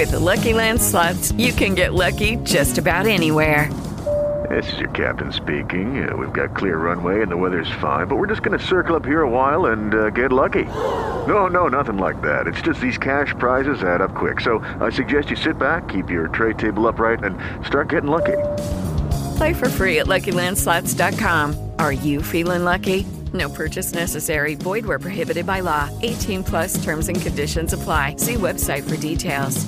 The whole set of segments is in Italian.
With the Lucky Land Slots, you can get lucky just about anywhere. This is your captain speaking. We've got clear runway and the weather's fine, but we're just going to circle up here a while and get lucky. No, nothing like that. It's just these cash prizes add up quick. So I suggest you sit back, keep your tray table upright, and start getting lucky. Play for free at LuckyLandSlots.com. Are you feeling lucky? No purchase necessary. Void where prohibited by law. 18 plus terms and conditions apply. See website for details.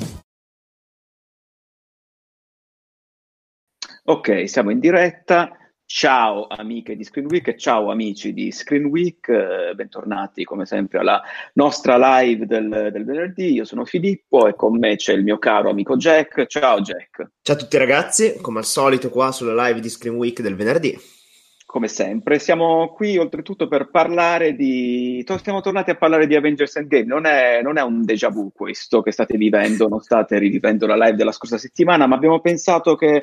Ok, siamo in diretta. Ciao amiche di Screen Week e ciao amici di Screen Week, bentornati come sempre alla nostra live del venerdì. Io sono Filippo e con me c'è il mio caro amico Jack. Ciao Jack. Ciao a tutti ragazzi, come al solito qua sulla live di Screen Week del venerdì. Come sempre, siamo qui oltretutto per parlare siamo tornati a parlare di Avengers Endgame. Non è un déjà vu questo che state vivendo, non state rivivendo la live della scorsa settimana, ma abbiamo pensato che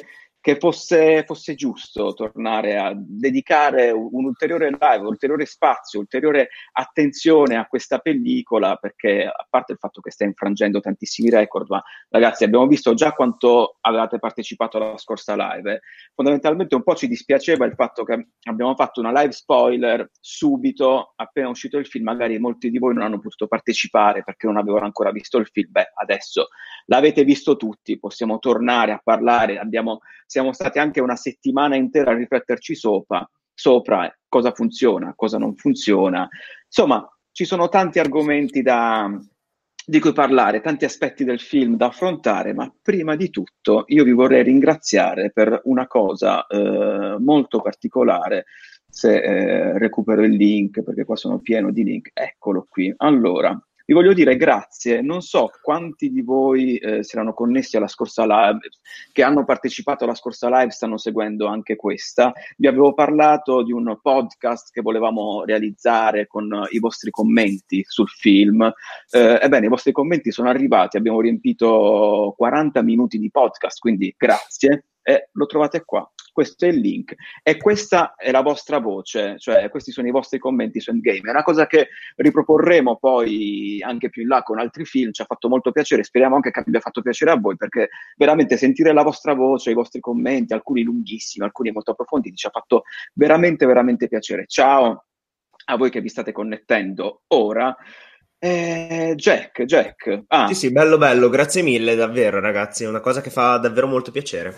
fosse giusto tornare a dedicare un ulteriore live, un ulteriore spazio, ulteriore attenzione a questa pellicola, perché a parte il fatto che sta infrangendo tantissimi record, ma ragazzi abbiamo visto già quanto avevate partecipato alla scorsa live, fondamentalmente un po' ci dispiaceva il fatto che abbiamo fatto una live spoiler subito, appena uscito il film, magari molti di voi non hanno potuto partecipare perché non avevano ancora visto il film. Adesso l'avete visto tutti, possiamo tornare a parlare, siamo stati anche una settimana intera a rifletterci sopra cosa funziona, cosa non funziona. Insomma, ci sono tanti argomenti di cui parlare, tanti aspetti del film da affrontare, ma prima di tutto io vi vorrei ringraziare per una cosa molto particolare. Se recupero il link, perché qua sono pieno di link, eccolo qui. Allora, vi voglio dire grazie, non so quanti di voi si erano connessi alla scorsa live, che hanno partecipato alla scorsa live, stanno seguendo anche questa. Vi avevo parlato di un podcast che volevamo realizzare con i vostri commenti sul film. Ebbene, i vostri commenti sono arrivati, abbiamo riempito 40 minuti di podcast, quindi grazie, e lo trovate qua. Questo è il link e questa è la vostra voce, cioè questi sono i vostri commenti su Endgame. È una cosa che riproporremo poi anche più in là con altri film, ci ha fatto molto piacere, speriamo anche che abbia fatto piacere a voi, perché veramente sentire la vostra voce, i vostri commenti, alcuni lunghissimi, alcuni molto approfonditi, ci ha fatto veramente veramente piacere. Ciao a voi che vi state connettendo ora. Jack. Sì, bello, grazie mille davvero ragazzi, è una cosa che fa davvero molto piacere.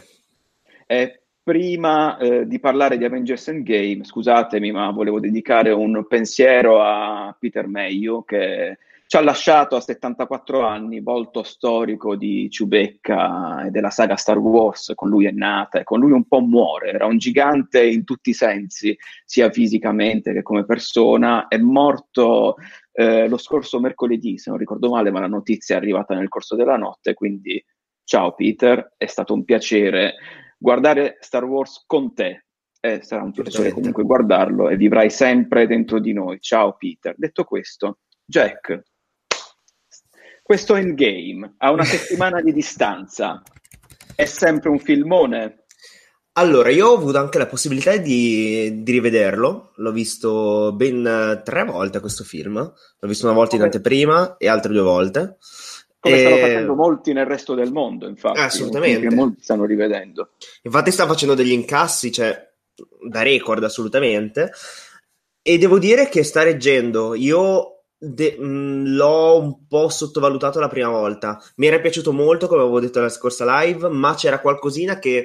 Prima di parlare di Avengers Endgame, scusatemi, ma volevo dedicare un pensiero a Peter Mayhew, che ci ha lasciato a 74 anni, volto storico di Chewbacca e della saga Star Wars. Con lui è nata e con lui un po' muore. Era un gigante in tutti i sensi, sia fisicamente che come persona. È morto lo scorso mercoledì, se non ricordo male, ma la notizia è arrivata nel corso della notte, quindi ciao Peter, è stato un piacere guardare Star Wars con te, sarà un piacere comunque guardarlo e vivrai sempre dentro di noi. Ciao Peter. Detto questo, Jack, questo Endgame a una settimana di distanza è sempre un filmone? Allora, io ho avuto anche la possibilità di rivederlo, l'ho visto ben 3 volte questo film, l'ho visto una volta in anteprima e altre 2 volte. Come stanno facendo molti nel resto del mondo, infatti. Assolutamente. Che molti stanno rivedendo. Infatti sta facendo degli incassi, cioè, da record assolutamente. E devo dire che sta reggendo. Io l'ho un po' sottovalutato la prima volta. Mi era piaciuto molto, come avevo detto alla scorsa live, ma c'era qualcosina che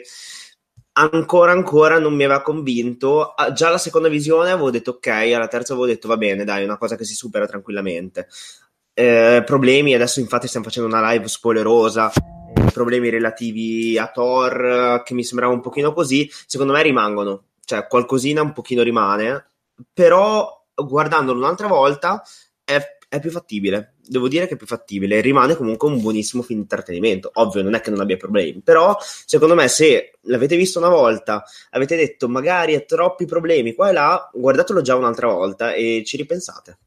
ancora non mi aveva convinto. Già alla seconda visione avevo detto ok, alla terza avevo detto va bene, dai, è una cosa che si supera tranquillamente. Problemi, adesso infatti stiamo facendo una live spoilerosa, problemi relativi a Thor che mi sembrava un pochino così, secondo me rimangono, cioè qualcosina un pochino rimane, però guardandolo un'altra volta è più fattibile, devo dire che è più fattibile, rimane comunque un buonissimo film di intrattenimento. Ovvio, non è che non abbia problemi, però secondo me se l'avete visto una volta, avete detto magari ha troppi problemi qua e là, guardatelo già un'altra volta e ci ripensate.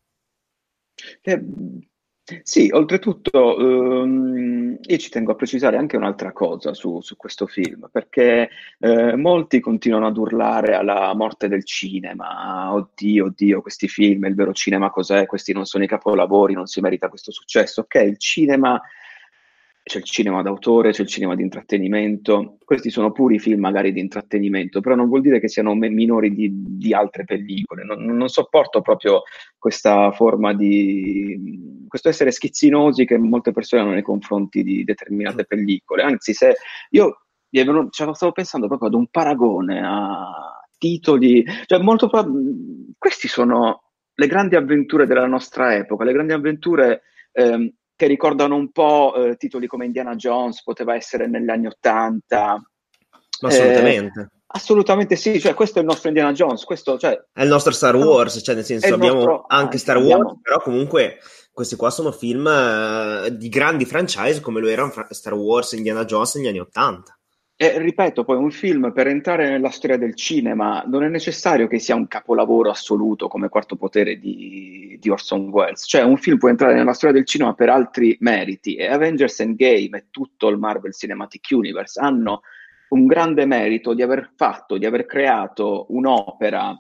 Sì, oltretutto io ci tengo a precisare anche un'altra cosa su questo film, perché molti continuano ad urlare alla morte del cinema, oddio, questi film, il vero cinema cos'è? Questi non sono i capolavori, non si merita questo successo. Ok, il cinema c'è il cinema d'autore, c'è il cinema di intrattenimento. Questi sono puri film magari di intrattenimento, però non vuol dire che siano minori di altre pellicole. Non sopporto proprio questa forma di questo essere schizzinosi che molte persone hanno nei confronti di determinate pellicole. Anzi, se io stavo pensando proprio ad un paragone a titoli, cioè questi sono le grandi avventure della nostra epoca, le grandi avventure che ricordano un po' titoli come Indiana Jones, poteva essere negli anni '80. Ma assolutamente. Assolutamente sì, cioè questo è il nostro Indiana Jones, questo, cioè, È il nostro Star Wars, cioè nel è senso il abbiamo nostro, anche anche, Star Wars, abbiamo, però comunque questi qua sono film di grandi franchise come lo erano Star Wars e Indiana Jones negli anni '80. e ripeto, poi un film per entrare nella storia del cinema non è necessario che sia un capolavoro assoluto come Quarto Potere di Orson Welles, cioè un film può entrare nella storia del cinema per altri meriti e Avengers Endgame e tutto il Marvel Cinematic Universe hanno un grande merito di aver creato un'opera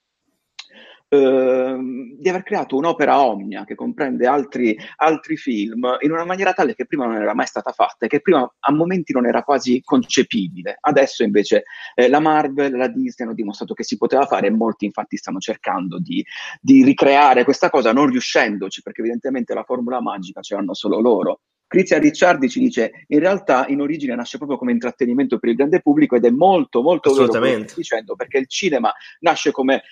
di aver creato un'opera omnia che comprende altri film in una maniera tale che prima non era mai stata fatta e che prima a momenti non era quasi concepibile. Adesso invece la Marvel, la Disney hanno dimostrato che si poteva fare e molti infatti stanno cercando di ricreare questa cosa non riuscendoci perché evidentemente la formula magica ce l'hanno solo loro. Crizia Ricciardi ci dice in realtà in origine nasce proprio come intrattenimento per il grande pubblico ed è molto molto vero quello che Assolutamente. stai dicendo perché il cinema nasce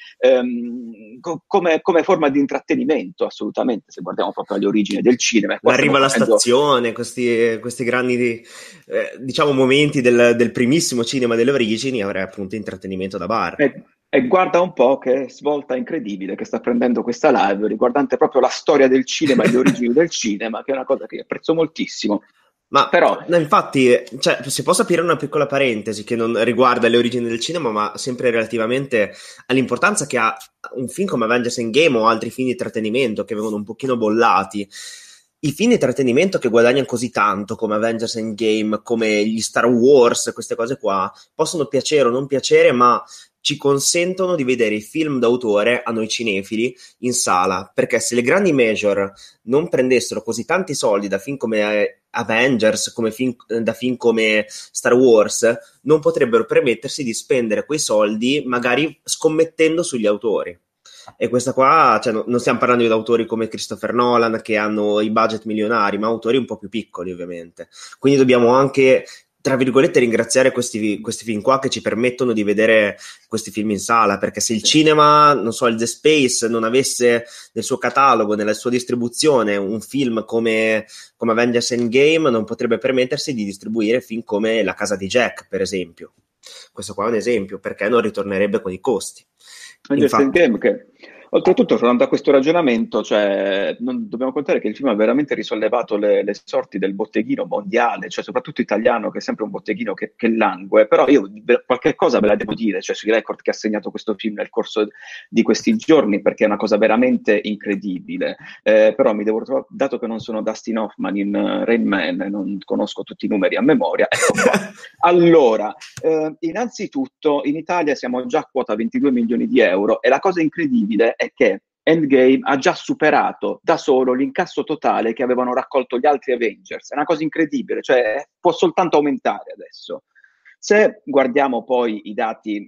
come forma di intrattenimento assolutamente se guardiamo proprio alle origini del cinema. Qua L'arrivo stiamo alla facendo stazione, questi grandi diciamo momenti del primissimo cinema delle origini, avrei appunto intrattenimento da bar. e guarda un po' che svolta incredibile che sta prendendo questa live riguardante proprio la storia del cinema e le origini del cinema, che è una cosa che apprezzo moltissimo. Ma Però no, infatti, cioè, si può aprire una piccola parentesi che non riguarda le origini del cinema, ma sempre relativamente all'importanza che ha un film come Avengers Endgame o altri film di intrattenimento che vengono un pochino bollati. I film di intrattenimento che guadagnano così tanto come Avengers Endgame, come gli Star Wars, queste cose qua, possono piacere o non piacere, ma ci consentono di vedere i film d'autore a noi cinefili in sala, perché se le grandi major non prendessero così tanti soldi da film come Avengers, da film come Star Wars, non potrebbero permettersi di spendere quei soldi magari scommettendo sugli autori. E questa qua, cioè, non stiamo parlando di autori come Christopher Nolan che hanno i budget milionari, ma autori un po' più piccoli ovviamente. Quindi dobbiamo anche, tra virgolette, ringraziare questi film qua che ci permettono di vedere questi film in sala, perché se il cinema, non so, il The Space non avesse nel suo catalogo, nella sua distribuzione un film come Avengers Endgame, non potrebbe permettersi di distribuire film come La casa di Jack, per esempio. Questo qua è un esempio, perché non ritornerebbe con i costi. Avengers Infatti, Endgame che oltretutto tornando a questo ragionamento cioè non dobbiamo contare che il film ha veramente risollevato le sorti del botteghino mondiale cioè soprattutto italiano che è sempre un botteghino che langue però io qualche cosa ve la devo dire cioè sui record che ha segnato questo film nel corso di questi giorni perché è una cosa veramente incredibile però mi devo trovare dato che non sono Dustin Hoffman in Rain Man non conosco tutti i numeri a memoria ecco qua allora innanzitutto in Italia siamo già a quota 22 milioni di euro e la cosa incredibile è che Endgame ha già superato da solo l'incasso totale che avevano raccolto gli altri Avengers. È una cosa incredibile, cioè può soltanto aumentare adesso. Se guardiamo poi i dati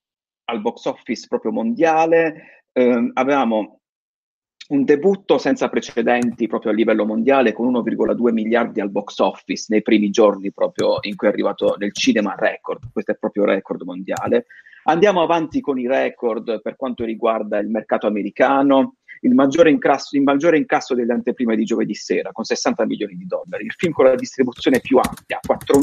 al box office proprio mondiale, avevamo un debutto senza precedenti proprio a livello mondiale con 1,2 miliardi al box office nei primi giorni proprio in cui è arrivato nel cinema record, questo è proprio record mondiale. Andiamo avanti con i record per quanto riguarda il mercato americano, il maggiore incasso delle anteprime di giovedì sera con 60 milioni di dollari, il film con la distribuzione più ampia,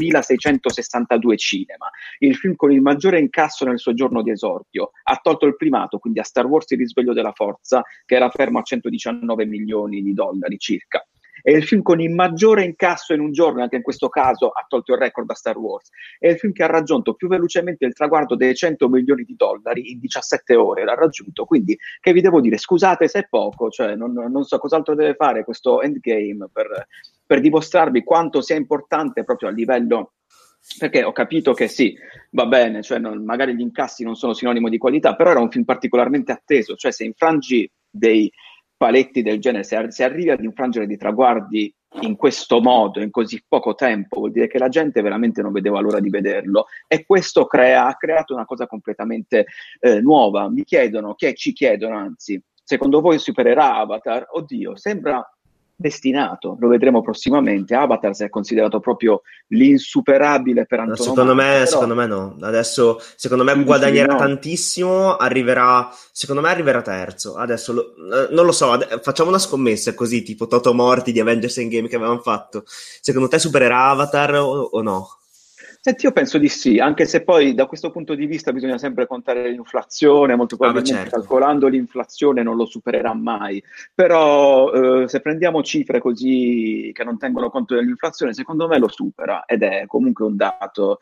4.662 cinema, il film con il maggiore incasso nel suo giorno di esordio, ha tolto il primato quindi a Star Wars il risveglio della forza che era fermo a 119 milioni di dollari circa. È il film con il maggiore incasso in un giorno, anche in questo caso ha tolto il record da Star Wars. È il film che ha raggiunto più velocemente il traguardo dei 100 milioni di dollari in 17 ore, l'ha raggiunto. Quindi, che vi devo dire? Scusate se è poco, cioè non so cos'altro deve fare questo Endgame per dimostrarvi quanto sia importante proprio a livello perché ho capito che sì, va bene, cioè magari gli incassi non sono sinonimo di qualità, però era un film particolarmente atteso, cioè se infrangi dei paletti del genere, se arrivi ad infrangere dei traguardi in questo modo, in così poco tempo, vuol dire che la gente veramente non vedeva l'ora di vederlo, e questo ha creato una cosa completamente nuova. Ci chiedono anzi, secondo voi supererà Avatar? Oddio, sembra destinato, lo vedremo prossimamente. Avatar si è considerato proprio l'insuperabile per antonomasia. Secondo me no. Adesso, secondo me guadagnerà tantissimo, secondo me arriverà terzo. Adesso, non lo so, facciamo una scommessa così, tipo Toto Morti di Avengers Endgame che avevamo fatto. Secondo te supererà Avatar o no? Senti, io penso di sì, anche se poi da questo punto di vista bisogna sempre contare l'inflazione, molto probabilmente certo. Calcolando l'inflazione non lo supererà mai, però se prendiamo cifre così che non tengono conto dell'inflazione, secondo me lo supera, ed è comunque un dato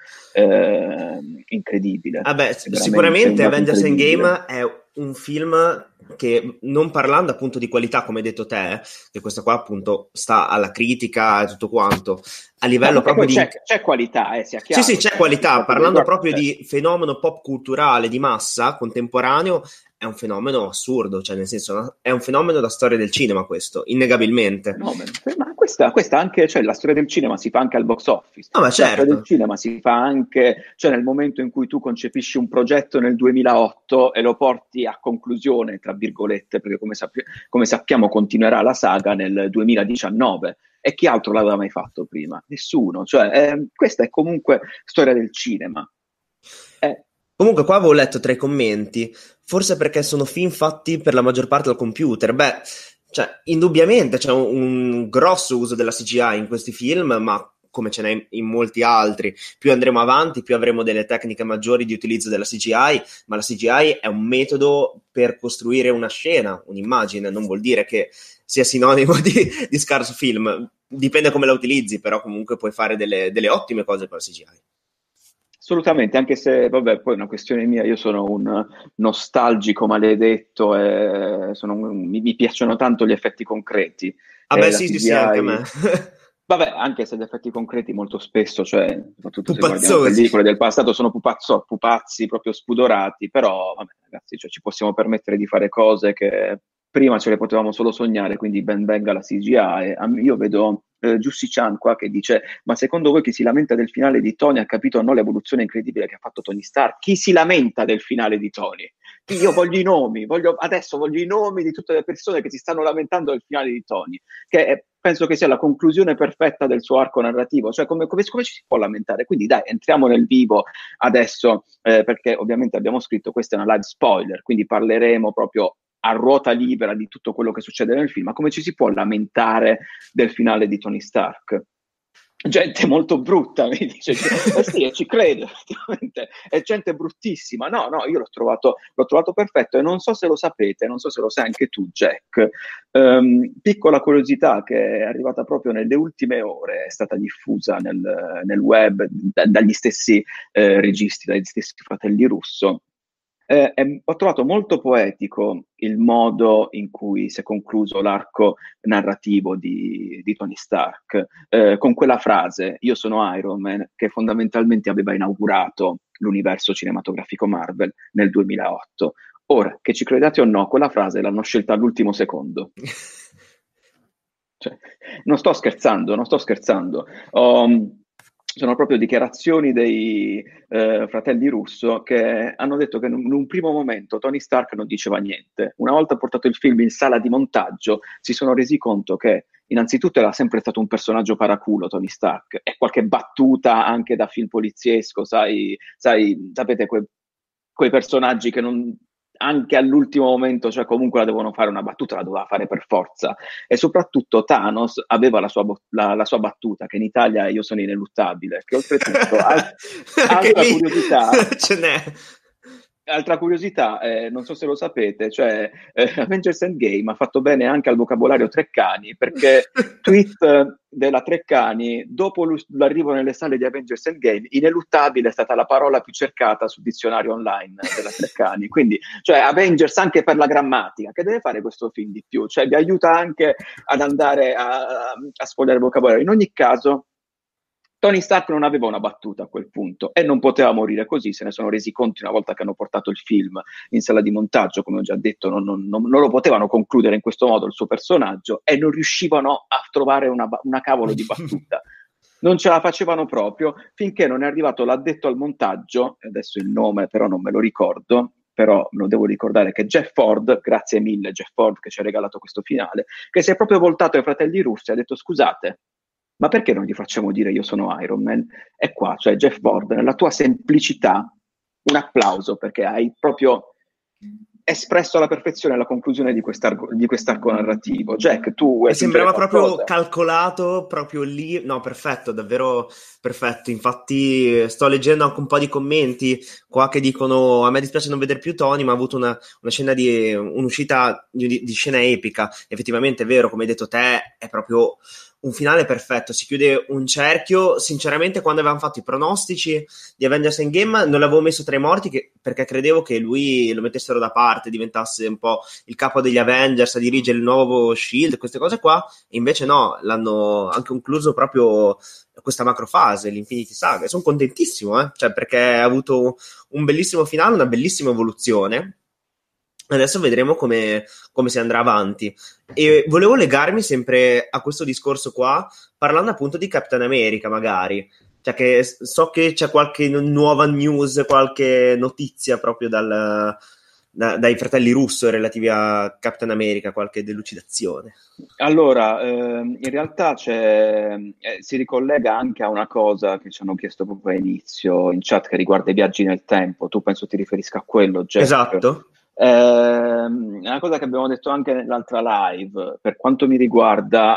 incredibile. Sicuramente Avengers Endgame è un film che, non parlando appunto di qualità come hai detto te, che questa qua appunto sta alla critica e tutto quanto, a livello proprio di... C'è qualità, sia chiaro. Sì, c'è qualità, parlando proprio di fenomeno pop culturale di massa contemporaneo, è un fenomeno assurdo, cioè nel senso è un fenomeno da storia del cinema, questo, innegabilmente. No, ma questa anche, cioè la storia del cinema si fa anche al box office. Ma certo. La storia del cinema si fa anche, cioè nel momento in cui tu concepisci un progetto nel 2008 e lo porti a conclusione, tra virgolette, perché come sappiamo continuerà la saga nel 2019. E chi altro l'aveva mai fatto prima? Nessuno. Cioè, questa è comunque storia del cinema. Comunque qua avevo letto tra i commenti, forse perché sono film fatti per la maggior parte al computer. Cioè, indubbiamente c'è un grosso uso della CGI in questi film, ma come ce n'è in molti altri. Più andremo avanti, più avremo delle tecniche maggiori di utilizzo della CGI, ma la CGI è un metodo per costruire una scena, un'immagine, non vuol dire che sia sinonimo di scarso film. Dipende come la utilizzi, però comunque puoi fare delle ottime cose con la CGI. Assolutamente, anche se, vabbè, poi è una questione mia, io sono un nostalgico maledetto e mi piacciono tanto gli effetti concreti. Sì, anche a me. Vabbè, anche se gli effetti concreti molto spesso, cioè, soprattutto se guardiamo pellicole del passato, sono pupazzi proprio spudorati, però, vabbè, ragazzi, cioè, ci possiamo permettere di fare cose che prima ce le potevamo solo sognare, quindi ben venga la CGI. Io vedo Giussi Chan qua che dice: ma secondo voi chi si lamenta del finale di Tony ha capito o no l'evoluzione incredibile che ha fatto Tony Stark? Chi si lamenta del finale di Tony? Io voglio i nomi, voglio i nomi di tutte le persone che si stanno lamentando del finale di Tony, che penso che sia la conclusione perfetta del suo arco narrativo. Cioè, come ci si può lamentare? Quindi dai, entriamo nel vivo adesso, perché ovviamente abbiamo scritto, questa è una live spoiler, quindi parleremo proprio a ruota libera di tutto quello che succede nel film. Ma come ci si può lamentare del finale di Tony Stark? Gente molto brutta, mi dice. Sì, ci credo, effettivamente, è gente bruttissima. No, io l'ho trovato perfetto, e non so se lo sapete, non so se lo sai anche tu, Jack. Piccola curiosità che è arrivata proprio nelle ultime ore, è stata diffusa nel web dagli stessi registi, dagli stessi fratelli Russo. Ho trovato molto poetico il modo in cui si è concluso l'arco narrativo di Tony Stark, con quella frase: io sono Iron Man, che fondamentalmente aveva inaugurato l'universo cinematografico Marvel nel 2008. Ora, che ci credete o no, quella frase l'hanno scelta all'ultimo secondo. Cioè, non sto scherzando. Sono proprio dichiarazioni dei fratelli Russo, che hanno detto che in un primo momento Tony Stark non diceva niente. Una volta portato il film in sala di montaggio, si sono resi conto che innanzitutto era sempre stato un personaggio paraculo Tony Stark, e qualche battuta anche da film poliziesco, sapete quei personaggi che non... anche all'ultimo momento, cioè comunque la devono fare una battuta, la doveva fare per forza. E soprattutto Thanos aveva la sua battuta, che in Italia io sono ineluttabile, che oltretutto altra curiosità ce n'è. Altra curiosità, non so se lo sapete, cioè Avengers Endgame ha fatto bene anche al vocabolario Treccani, perché tweet della Treccani, dopo l'arrivo nelle sale di Avengers Endgame, ineluttabile è stata la parola più cercata sul dizionario online della Treccani. Quindi, cioè, Avengers anche per la grammatica, che deve fare questo film di più? Cioè, vi aiuta anche ad andare a sfogliare il vocabolario. In ogni caso, Tony Stark non aveva una battuta a quel punto e non poteva morire così, se ne sono resi conto una volta che hanno portato il film in sala di montaggio, come ho già detto, non lo potevano concludere in questo modo il suo personaggio e non riuscivano a trovare una cavolo di battuta. Non ce la facevano proprio finché non è arrivato l'addetto al montaggio, adesso il nome però non me lo ricordo, però me lo devo ricordare, che Jeff Ford, grazie mille Jeff Ford che ci ha regalato questo finale, che si è proprio voltato ai fratelli russi e ha detto scusate, ma perché non gli facciamo dire io sono Iron Man? E qua, cioè Jeff Ford, nella tua semplicità, un applauso, perché hai proprio espresso alla perfezione la conclusione di quest'arco narrativo. Jack, tu mi sembrava proprio qualcosa? calcolato, proprio lì. No, perfetto, davvero perfetto. Infatti sto leggendo anche un po' di commenti qua che dicono a me dispiace non vedere più Tony, ma ha avuto una scena un'uscita di scena epica. Effettivamente è vero, come hai detto te, è proprio un finale perfetto, si chiude un cerchio. Sinceramente, quando avevamo fatto i pronostici di Avengers Endgame non l'avevo messo tra i morti perché credevo che lui lo mettessero da parte, diventasse un po' il capo degli Avengers a dirigere il nuovo Shield, queste cose qua, e invece no, l'hanno anche concluso proprio questa macrofase, l'Infinity Saga, e sono contentissimo, cioè, perché ha avuto un bellissimo finale, una bellissima evoluzione. Adesso vedremo come si andrà avanti. E volevo legarmi sempre a questo discorso qua, parlando appunto di Captain America, magari. Cioè che so che c'è qualche nuova news, qualche notizia proprio dai fratelli Russo relativi a Captain America, qualche delucidazione. Allora, in realtà si ricollega anche a una cosa che ci hanno chiesto proprio all'inizio in chat che riguarda i viaggi nel tempo. Tu penso ti riferisca a quello, Jack? Esatto. È una cosa che abbiamo detto anche nell'altra live. Per quanto mi riguarda,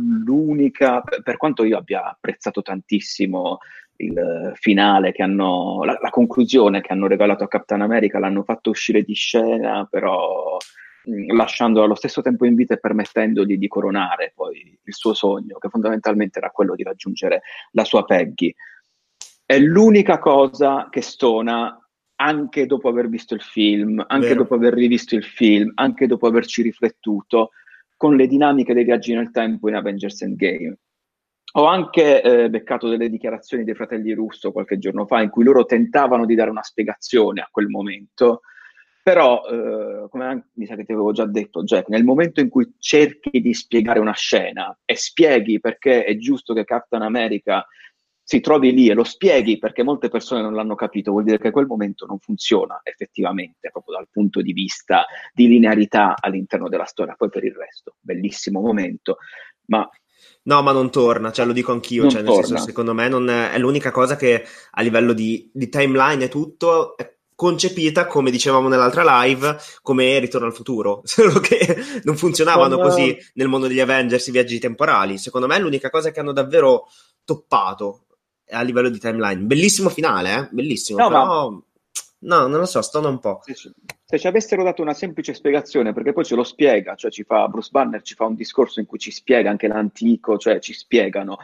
per quanto io abbia apprezzato tantissimo il finale la conclusione che hanno regalato a Captain America, l'hanno fatto uscire di scena, però lasciandolo allo stesso tempo in vita e permettendogli di coronare poi il suo sogno, che fondamentalmente era quello di raggiungere la sua Peggy. È l'unica cosa che stona anche dopo aver visto il film, anche Vero. dopo aver rivisto il film, anche dopo averci riflettuto con le dinamiche dei viaggi nel tempo in Avengers Endgame. Ho anche beccato delle dichiarazioni dei fratelli Russo qualche giorno fa in cui loro tentavano di dare una spiegazione a quel momento, però, come mi sa che ti avevo già detto, Jack, nel momento in cui cerchi di spiegare una scena e spieghi perché è giusto che Captain America si trovi lì e lo spieghi perché molte persone non l'hanno capito, vuol dire che quel momento non funziona effettivamente, proprio dal punto di vista di linearità all'interno della storia. Poi per il resto, bellissimo momento, ma... No, ma non torna, cioè lo dico anch'io, cioè, nel senso, secondo me non è l'unica cosa che a livello di timeline e tutto è concepita, come dicevamo nell'altra live, come Ritorno al futuro, solo che non funzionavano così nel mondo degli Avengers i viaggi temporali. Secondo me è l'unica cosa che hanno davvero toppato a livello di timeline. Bellissimo finale, bellissimo, no, però... Ma... No, non lo so, stona un po'. Se ci avessero dato una semplice spiegazione, perché poi ce lo spiega, cioè Bruce Banner ci fa un discorso in cui ci spiega anche l'antico, cioè ci spiegano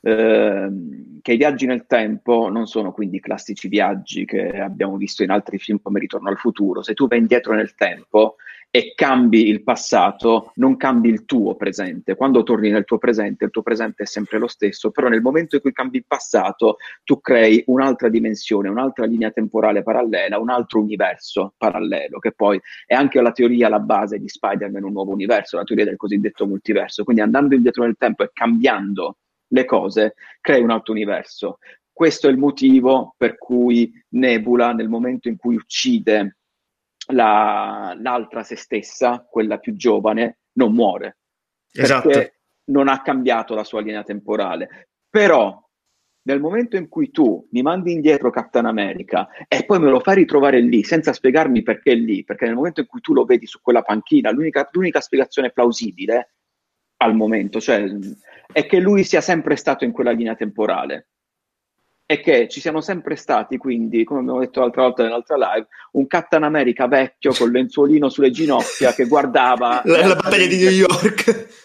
che i viaggi nel tempo non sono quindi i classici viaggi che abbiamo visto in altri film come Ritorno al futuro. Se tu vai indietro nel tempo e cambi il passato, non cambi il tuo presente. Quando torni nel tuo presente, il tuo presente è sempre lo stesso, però nel momento in cui cambi il passato, tu crei un'altra dimensione, un'altra linea temporale parallela, un altro universo parallelo, che poi è anche la teoria alla base di Spider-Man, un nuovo universo, la teoria del cosiddetto multiverso. Quindi andando indietro nel tempo e cambiando le cose, crei un altro universo. Questo è il motivo per cui Nebula, nel momento in cui uccide l'altra se stessa, quella più giovane, non muore. Esatto. Perché non ha cambiato la sua linea temporale. Però nel momento in cui tu mi mandi indietro Captain America e poi me lo fai ritrovare lì senza spiegarmi perché è lì, perché nel momento in cui tu lo vedi su quella panchina, l'unica spiegazione plausibile al momento, cioè, è che lui sia sempre stato in quella linea temporale e che ci siano sempre stati, quindi, come abbiamo detto l'altra volta nell'altra live, un Captain America vecchio con lenzuolino sulle ginocchia che guardava la battaglia di New York,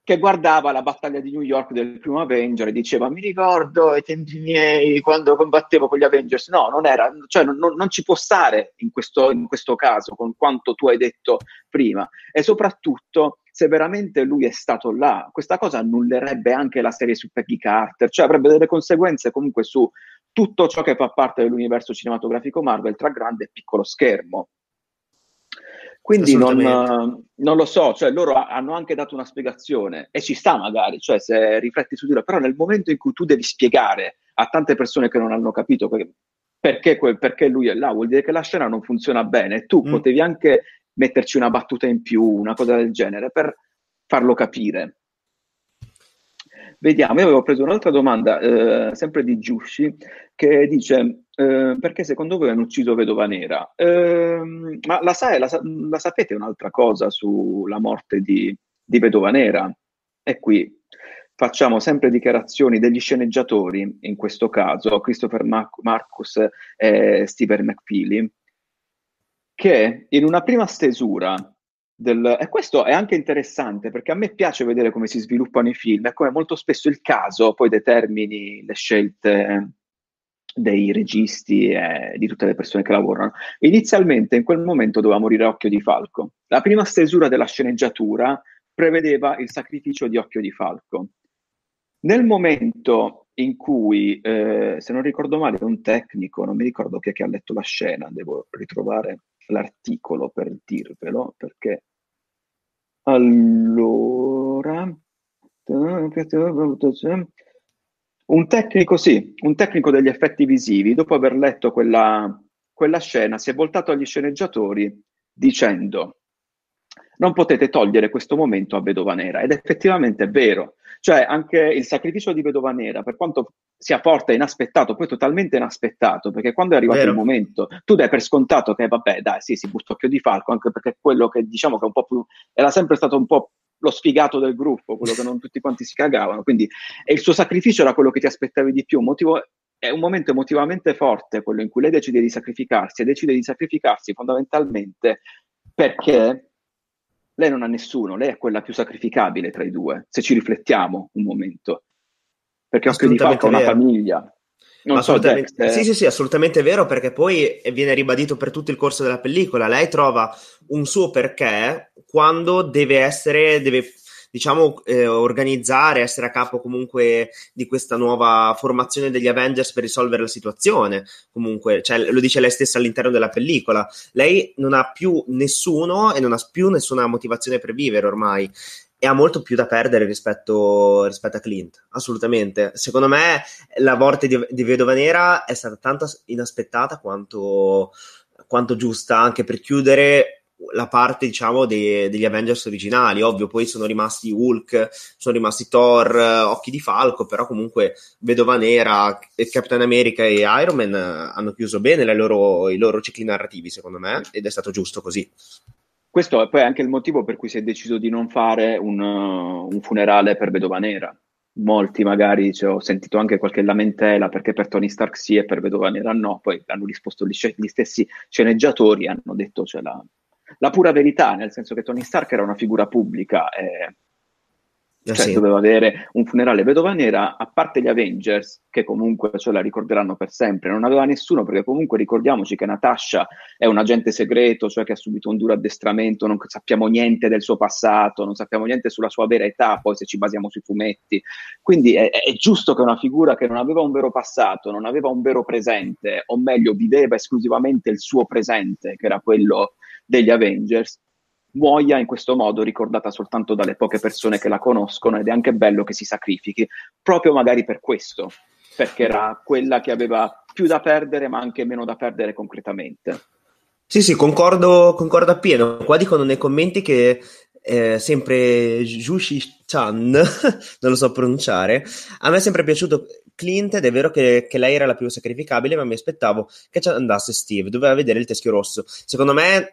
che guardava la battaglia di New York del primo Avenger e diceva mi ricordo ai tempi miei quando combattevo con gli Avengers. No, non era, cioè non ci può stare in questo caso con quanto tu hai detto prima, e soprattutto se veramente lui è stato là, questa cosa annullerebbe anche la serie su Peggy Carter, cioè avrebbe delle conseguenze comunque su tutto ciò che fa parte dell'universo cinematografico Marvel tra grande e piccolo schermo. Quindi non lo so, cioè loro hanno anche dato una spiegazione e ci sta magari, cioè se rifletti su di loro, però nel momento in cui tu devi spiegare a tante persone che non hanno capito perché lui è là, vuol dire che la scena non funziona bene. Tu potevi anche metterci una battuta in più, una cosa del genere, per farlo capire. Vediamo, io avevo preso un'altra domanda, sempre di Giusci, che dice, perché secondo voi hanno ucciso Vedova Nera? Ma la sapete un'altra cosa sulla morte di Vedova Nera? E qui facciamo sempre dichiarazioni degli sceneggiatori, in questo caso Christopher Marcus e Steven McFeely, che in una prima stesura e questo è anche interessante perché a me piace vedere come si sviluppano i film e come molto spesso il caso poi determini le scelte dei registi e di tutte le persone che lavorano. Inizialmente in quel momento doveva morire Occhio di Falco. La prima stesura della sceneggiatura prevedeva il sacrificio di Occhio di Falco. Nel momento in cui, se non ricordo male, un tecnico, non mi ricordo chi è che ha letto la scena, devo ritrovare l'articolo per dirvelo, perché allora un tecnico degli effetti visivi, dopo aver letto quella scena, si è voltato agli sceneggiatori dicendo non potete togliere questo momento a Vedova Nera, ed effettivamente è vero. Cioè anche il sacrificio di Vedova Nera, per quanto sia forte e inaspettato, poi totalmente inaspettato, perché quando è arrivato il momento, tu dai per scontato che vabbè, dai, sì, si butta Occhio di Falco, anche perché quello che diciamo che è un po' più, era sempre stato un po' lo sfigato del gruppo, quello che non tutti quanti si cagavano, quindi, e il suo sacrificio era quello che ti aspettavi di più, è un momento emotivamente forte, quello in cui lei decide di sacrificarsi, e decide di sacrificarsi fondamentalmente perché lei non ha nessuno, lei è quella più sacrificabile tra i due, se ci riflettiamo un momento. Perché Occhio di Falco ha una famiglia. Non so, Dex, sì, assolutamente vero, perché poi viene ribadito per tutto il corso della pellicola. Lei trova un suo perché quando deve diciamo, organizzare, essere a capo comunque di questa nuova formazione degli Avengers per risolvere la situazione. Comunque, cioè, lo dice lei stessa all'interno della pellicola. Lei non ha più nessuno e non ha più nessuna motivazione per vivere ormai. E ha molto più da perdere rispetto a Clint, assolutamente. Secondo me la morte di Vedova Nera è stata tanto inaspettata quanto giusta, anche per chiudere la parte, diciamo, degli Avengers originali. Ovvio, poi sono rimasti Hulk, sono rimasti Thor, Occhi di Falco, però comunque Vedova Nera, Captain America e Iron Man hanno chiuso bene i loro cicli narrativi, secondo me, ed è stato giusto così. Questo è poi anche il motivo per cui si è deciso di non fare un funerale per Vedova Nera. Molti magari, ho sentito anche qualche lamentela perché per Tony Stark sì e per Vedova Nera no, poi hanno risposto gli stessi sceneggiatori, hanno detto la pura verità, nel senso che Tony Stark era una figura pubblica e sì, doveva avere un funerale. Vedova Nera, a parte gli Avengers, che comunque la ricorderanno per sempre, non aveva nessuno, perché comunque ricordiamoci che Natasha è un agente segreto, cioè che ha subito un duro addestramento, non sappiamo niente del suo passato, non sappiamo niente sulla sua vera età, poi se ci basiamo sui fumetti. Quindi è giusto che una figura che non aveva un vero passato, non aveva un vero presente, o meglio, viveva esclusivamente il suo presente, che era quello degli Avengers, muoia in questo modo, ricordata soltanto dalle poche persone che la conoscono, ed è anche bello che si sacrifichi, proprio magari per questo, perché era quella che aveva più da perdere, ma anche meno da perdere concretamente. Sì, concordo appieno. Qua dicono nei commenti che sempre Jushi-chan, non lo so pronunciare, a me è sempre piaciuto Clint, ed è vero che lei era la più sacrificabile, ma mi aspettavo che ci andasse Steve, doveva vedere il teschio rosso. Secondo me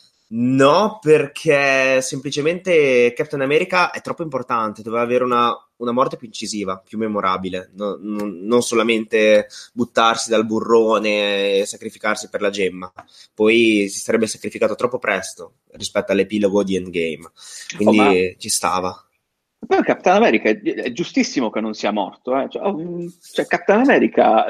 no, perché semplicemente Captain America è troppo importante, doveva avere una morte più incisiva, più memorabile, non solamente buttarsi dal burrone e sacrificarsi per la gemma. Poi si sarebbe sacrificato troppo presto rispetto all'epilogo di Endgame, quindi ci stava. Poi Capitan America è giustissimo che non sia morto, eh. Cioè, Capitan America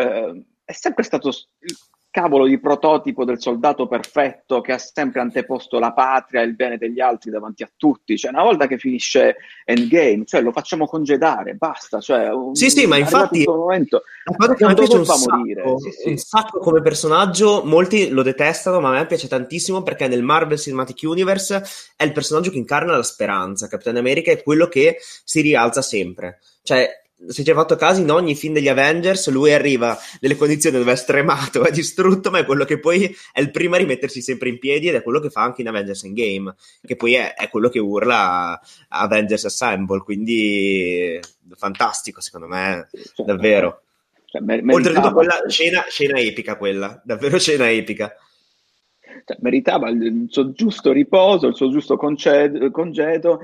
è sempre stato il cavolo di prototipo del soldato perfetto che ha sempre anteposto la patria e il bene degli altri davanti a tutti. Cioè, una volta che finisce Endgame, cioè, lo facciamo congedare, basta. Cioè, Sì, ma è arrivato infatti questo momento, la cosa che a non me piace un doveva sacco, morire. Sì, un sì. sacco come personaggio, molti lo detestano, ma a me piace tantissimo perché nel Marvel Cinematic Universe è il personaggio che incarna la speranza. Capitan America è quello che si rialza sempre. Cioè, se ci hai fatto caso, in ogni film degli Avengers lui arriva nelle condizioni dove è stremato, è distrutto, ma è quello che poi è il primo a rimettersi sempre in piedi ed è quello che fa anche in Avengers Endgame, che poi è quello che urla a Avengers Assemble, quindi fantastico secondo me, Cioè, davvero. cioè, Oltretutto meritava. quella scena epica, quella, davvero scena epica. Cioè, meritava il suo giusto riposo, il suo giusto congedo.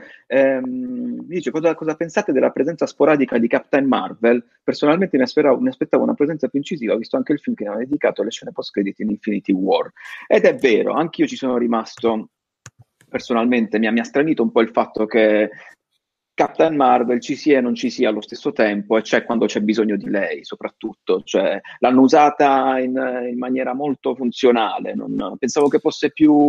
Mi dice cosa pensate della presenza sporadica di Captain Marvel? Personalmente mi aspettavo una presenza più incisiva, ho visto anche il film che ne aveva dedicato alle scene post-crediti in Infinity War. Ed è vero, anch'io ci sono rimasto, personalmente mi ha stranito un po' il fatto che Captain Marvel ci sia e non ci sia allo stesso tempo, e c'è quando c'è bisogno di lei, soprattutto. Cioè, l'hanno usata in maniera molto funzionale. Pensavo che fosse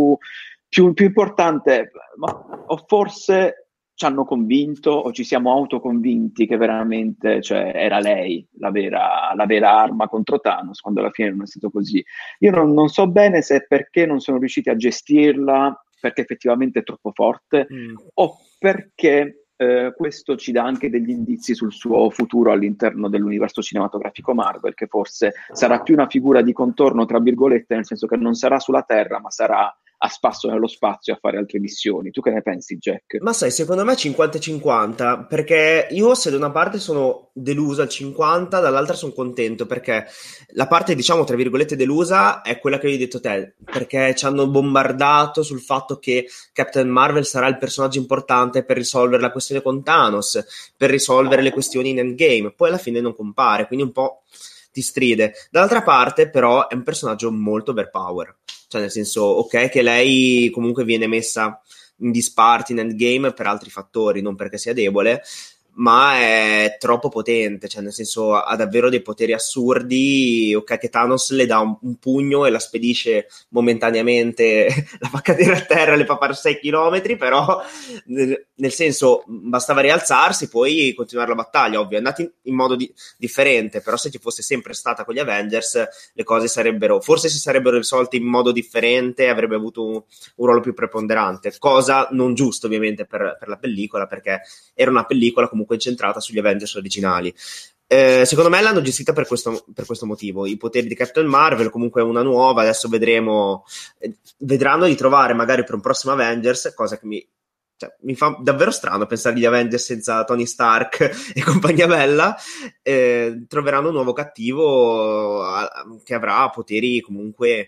più importante, ma o forse ci hanno convinto o ci siamo autoconvinti che veramente, cioè, era lei la vera arma contro Thanos, quando alla fine non è stato così. Io non so bene se è perché non sono riusciti a gestirla, perché effettivamente è troppo forte, o perché questo ci dà anche degli indizi sul suo futuro all'interno dell'universo cinematografico Marvel, che forse sarà più una figura di contorno, tra virgolette, nel senso che non sarà sulla Terra, ma sarà a spasso nello spazio a fare altre missioni. Tu che ne pensi, Jack? Ma sai, secondo me 50 e 50, perché io se da una parte sono deluso al 50, dall'altra sono contento, perché la parte, diciamo, tra virgolette delusa è quella che hai detto te, perché ci hanno bombardato sul fatto che Captain Marvel sarà il personaggio importante per risolvere la questione con Thanos, per risolvere le questioni in Endgame, poi alla fine non compare, quindi un po' ti stride. Dall'altra parte, però, è un personaggio molto overpower, cioè nel senso, ok, che lei comunque viene messa in disparte in endgame per altri fattori, non perché sia debole, ma è troppo potente, cioè nel senso ha davvero dei poteri assurdi. Ok, che Thanos le dà un pugno e la spedisce momentaneamente, la fa cadere a terra, le fa fare 6 km, però nel senso bastava rialzarsi, poi continuare la battaglia. Ovvio, è andata in modo differente, però se ci fosse sempre stata con gli Avengers le cose forse si sarebbero risolte in modo differente, avrebbe avuto un ruolo più preponderante, cosa non giusta ovviamente per la pellicola, perché era una pellicola comunque incentrata sugli Avengers originali. Secondo me l'hanno gestita per questo motivo. I poteri di Captain Marvel comunque è una nuova, adesso vedranno di trovare magari per un prossimo Avengers, cosa che mi fa davvero strano pensare agli Avengers senza Tony Stark e compagnia bella. Troveranno un nuovo cattivo che avrà poteri comunque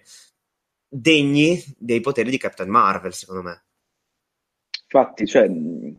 degni dei poteri di Captain Marvel, secondo me. Infatti, cioè,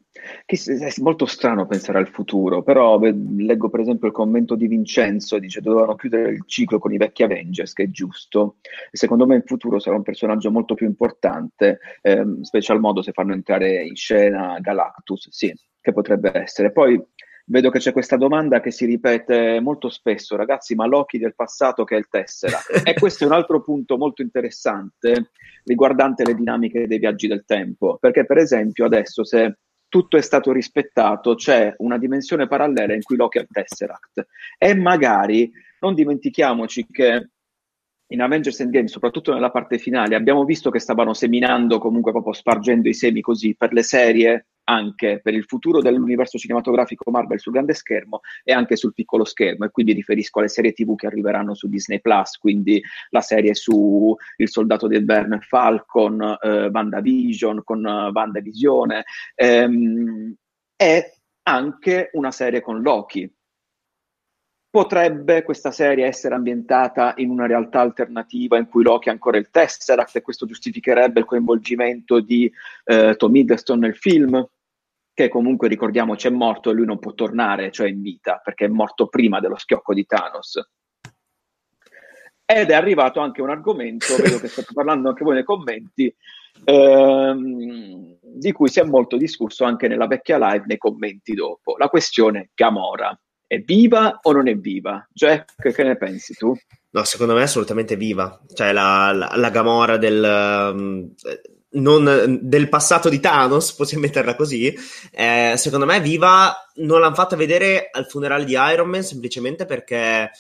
è molto strano pensare al futuro, però leggo per esempio il commento di Vincenzo, dice dovevano chiudere il ciclo con i vecchi Avengers, che è giusto, e secondo me in futuro sarà un personaggio molto più importante, special modo se fanno entrare in scena Galactus, sì, che potrebbe essere. Poi vedo che c'è questa domanda che si ripete molto spesso, ragazzi, ma Loki del passato che è il Tesseract? E questo è un altro punto molto interessante riguardante le dinamiche dei viaggi del tempo, perché per esempio adesso se tutto è stato rispettato c'è una dimensione parallela in cui Loki è il Tesseract, e magari non dimentichiamoci che in Avengers Endgame, soprattutto nella parte finale, abbiamo visto che stavano seminando, comunque proprio spargendo i semi così per le serie, anche per il futuro dell'universo cinematografico Marvel sul grande schermo e anche sul piccolo schermo, e qui mi riferisco alle serie TV che arriveranno su Disney Plus, quindi la serie su Il Soldato del Inverno, Falcon, WandaVision con WandaVisione, e anche una serie con Loki. Potrebbe questa serie essere ambientata in una realtà alternativa in cui Loki ha ancora il Tesseract, e questo giustificherebbe il coinvolgimento di Tom Hiddleston nel film, che comunque ricordiamoci è morto e lui non può tornare, cioè in vita, perché è morto prima dello schiocco di Thanos. Ed è arrivato anche un argomento, vedo che state parlando anche voi nei commenti, di cui si è molto discusso anche nella vecchia live, nei commenti dopo. La questione Gamora, è viva o non è viva? Jack, che ne pensi tu? No, secondo me è assolutamente viva. Cioè la Gamora non, del passato di Thanos, possiamo metterla così. Secondo me è viva. Non l'hanno fatta vedere al funerale di Iron Man semplicemente perché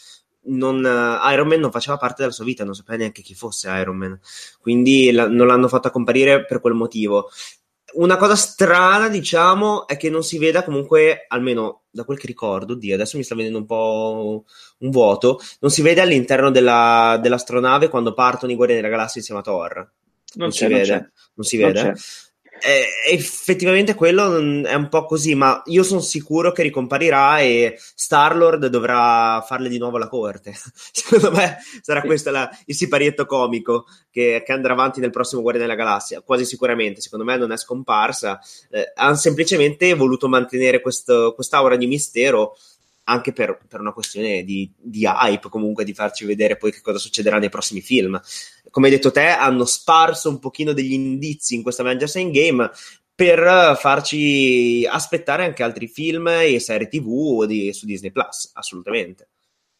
Iron Man non faceva parte della sua vita, non sapeva neanche chi fosse Iron Man. Quindi non l'hanno fatta comparire per quel motivo. Una cosa strana, diciamo, è che non si veda comunque, almeno da quel che ricordo, oddio, adesso mi sta venendo un po' un vuoto, non si vede all'interno dell'astronave quando partono i Guardiani della Galassia insieme a Thor. Non si vede. Non si vede. Effettivamente quello è un po' così, ma io sono sicuro che ricomparirà e Star-Lord dovrà farle di nuovo la corte. Secondo me sarà questo il siparietto comico che andrà avanti nel prossimo Guardiani della Galassia, quasi sicuramente. Secondo me non è scomparsa, hanno semplicemente voluto mantenere quest'aura di mistero anche per una questione di hype, comunque, di farci vedere poi che cosa succederà nei prossimi film. Come hai detto te, hanno sparso un pochino degli indizi in questa Avengers Endgame per farci aspettare anche altri film e serie TV su Disney Plus, assolutamente.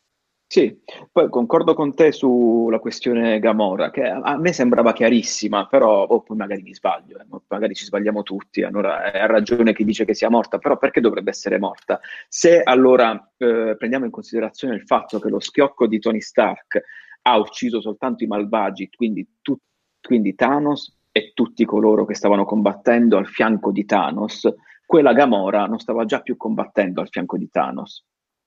Sì, poi concordo con te sulla questione Gamora, che a me sembrava chiarissima, però poi magari mi sbaglio, magari ci sbagliamo tutti, allora ha ragione chi dice che sia morta, però perché dovrebbe essere morta? Se allora prendiamo in considerazione il fatto che lo schiocco di Tony Stark ha ucciso soltanto i malvagi, quindi Thanos e tutti coloro che stavano combattendo al fianco di Thanos, quella Gamora non stava già più combattendo al fianco di Thanos.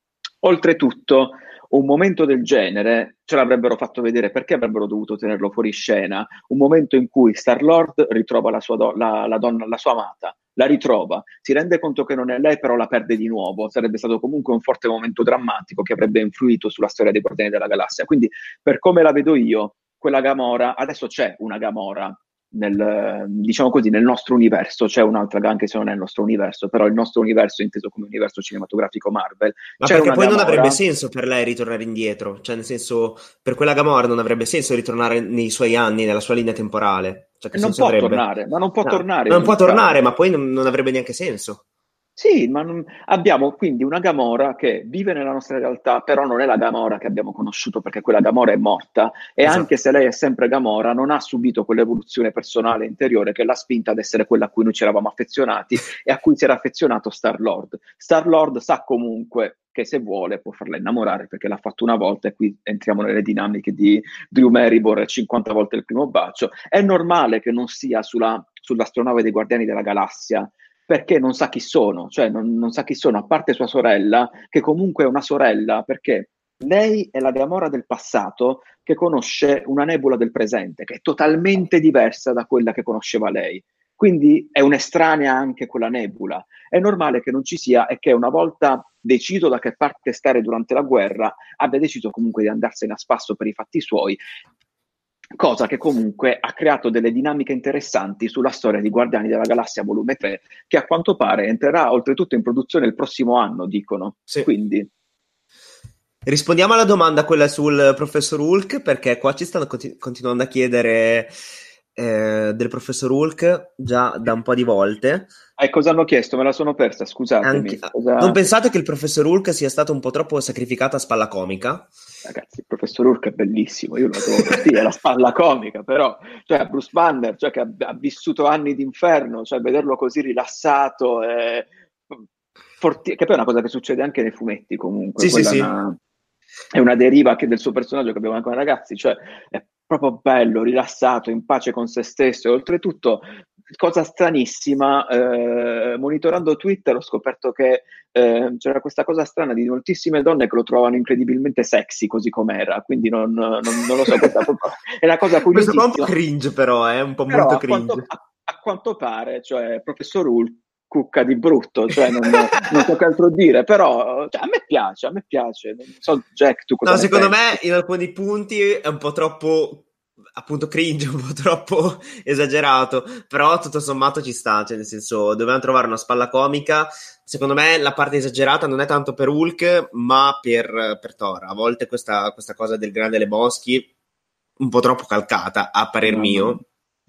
Oltretutto, un momento del genere ce l'avrebbero fatto vedere, perché avrebbero dovuto tenerlo fuori scena, un momento in cui Star-Lord ritrova la sua donna, la sua amata, la ritrova, si rende conto che non è lei, però la perde di nuovo. Sarebbe stato comunque un forte momento drammatico che avrebbe influito sulla storia dei Guardiani della Galassia. Quindi, per come la vedo io, quella Gamora, adesso c'è una Gamora diciamo così, nel nostro universo, c'è un'altra, anche se non è il nostro universo, però il nostro universo inteso come universo cinematografico Marvel. Ma c'è perché poi Gamora, non avrebbe senso per lei ritornare indietro, cioè nel senso, per quella Gamora non avrebbe senso ritornare nei suoi anni, nella sua linea temporale. Cioè, che non senso può avrebbe? tornare, ma non può tornare Non in può ogni caso. tornare, ma poi non avrebbe neanche senso. Sì, ma abbiamo quindi una Gamora che vive nella nostra realtà, però non è la Gamora che abbiamo conosciuto, perché quella Gamora è morta, e Esatto. anche se lei è sempre Gamora, non ha subito quell'evoluzione personale interiore che l'ha spinta ad essere quella a cui noi ci eravamo affezionati e a cui si era affezionato Star-Lord. Star-Lord sa comunque che se vuole può farla innamorare, perché l'ha fatto una volta, e qui entriamo nelle dinamiche di Drew Barrymore, 50 volte il primo bacio. È normale che non sia sull'astronave dei Guardiani della Galassia, perché non sa chi sono, cioè non sa chi sono, a parte sua sorella, che comunque è una sorella, perché lei è la Gamora del passato che conosce una nebula del presente, che è totalmente diversa da quella che conosceva lei. Quindi è un'estranea anche quella nebula. È normale che non ci sia e che una volta deciso da che parte stare durante la guerra, abbia deciso comunque di andarsene a spasso per i fatti suoi, cosa che comunque ha creato delle dinamiche interessanti sulla storia di Guardiani della Galassia volume 3, che a quanto pare entrerà oltretutto in produzione il prossimo anno, dicono. Sì. Quindi rispondiamo alla domanda, quella sul professor Hulk, perché qua ci stanno continuando a chiedere del professor Hulk già da un po' di volte. Cosa hanno chiesto? Me la sono persa, scusatemi. Non pensate che il professor Hulk sia stato un po' troppo sacrificato a spalla comica? Ragazzi, il professor Hulk è bellissimo, io lo adoro. Sì, è la spalla comica, però cioè, Bruce Banner, cioè, che ha vissuto anni d'inferno, cioè vederlo così rilassato, che poi è una cosa che succede anche nei fumetti comunque. Sì, sì. È una deriva del suo personaggio che abbiamo ancora ragazzi, cioè è proprio bello, rilassato, in pace con se stesso, e oltretutto, cosa stranissima, monitorando Twitter ho scoperto che c'era questa cosa strana di moltissime donne che lo trovano incredibilmente sexy così com'era, quindi non lo so, è una cosa curiosissima. Questo qua è un po' cringe, però è un po' però molto cringe. A quanto pare, cioè, professor Hulk cucca di brutto, cioè non so che altro dire, però cioè, a me piace, non so Jack, tu cosa No, ne secondo pensi? me in alcuni punti è un po' troppo, appunto, cringe, un po' troppo esagerato, però tutto sommato ci sta, cioè nel senso dovevano trovare una spalla comica. Secondo me la parte esagerata non è tanto per Hulk, ma per Thor. A volte questa cosa del grande Lebowski un po' troppo calcata, a parer mio.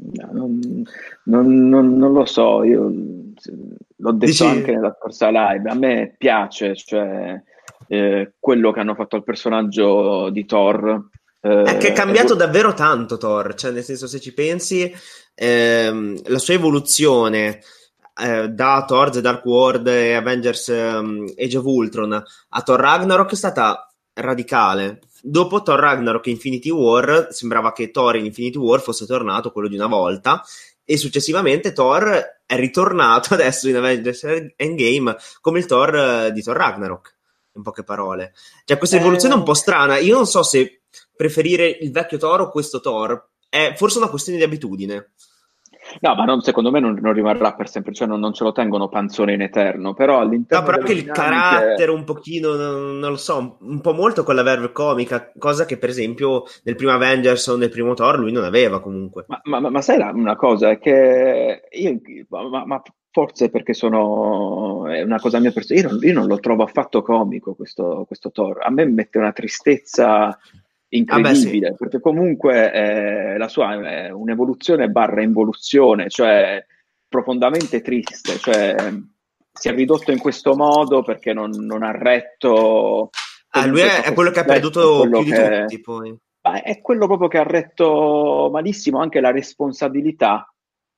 No, non lo so, io l'ho detto Dici, anche nella scorsa live, a me piace, cioè, quello che hanno fatto al personaggio di Thor. è che è E cambiato davvero tanto Thor, cioè nel senso se ci pensi, la sua evoluzione da Thor The Dark World e Avengers Age of Ultron a Thor Ragnarok è stata radicale. Dopo Thor Ragnarok e Infinity War sembrava che Thor in Infinity War fosse tornato quello di una volta e successivamente Thor è ritornato adesso in Avengers Endgame come il Thor di Thor Ragnarok, in poche parole. Cioè questa evoluzione è un po' strana, io non so se preferire il vecchio Thor o questo Thor, è forse una questione di abitudine. No, ma secondo me non rimarrà per sempre, cioè non ce lo tengono panzone in eterno, però No, all'interno però delle anche il dinamiche. carattere un pochino, non lo so, un po' molto con la verve comica, cosa che per esempio nel primo Avengers o nel primo Thor lui non aveva comunque. Ma sai una cosa, è che io, ma forse perché è una cosa mia personale, io non lo trovo affatto comico questo Thor, a me mette una tristezza Ah beh sì. incredibile, perché comunque la sua è un'evoluzione barra involuzione, cioè profondamente triste, cioè si è ridotto in questo modo perché non ha retto Ah, lui comunque il è proprio quello che ha successo, perduto quello più di che. tutti poi. Ma è quello proprio che ha retto malissimo anche la responsabilità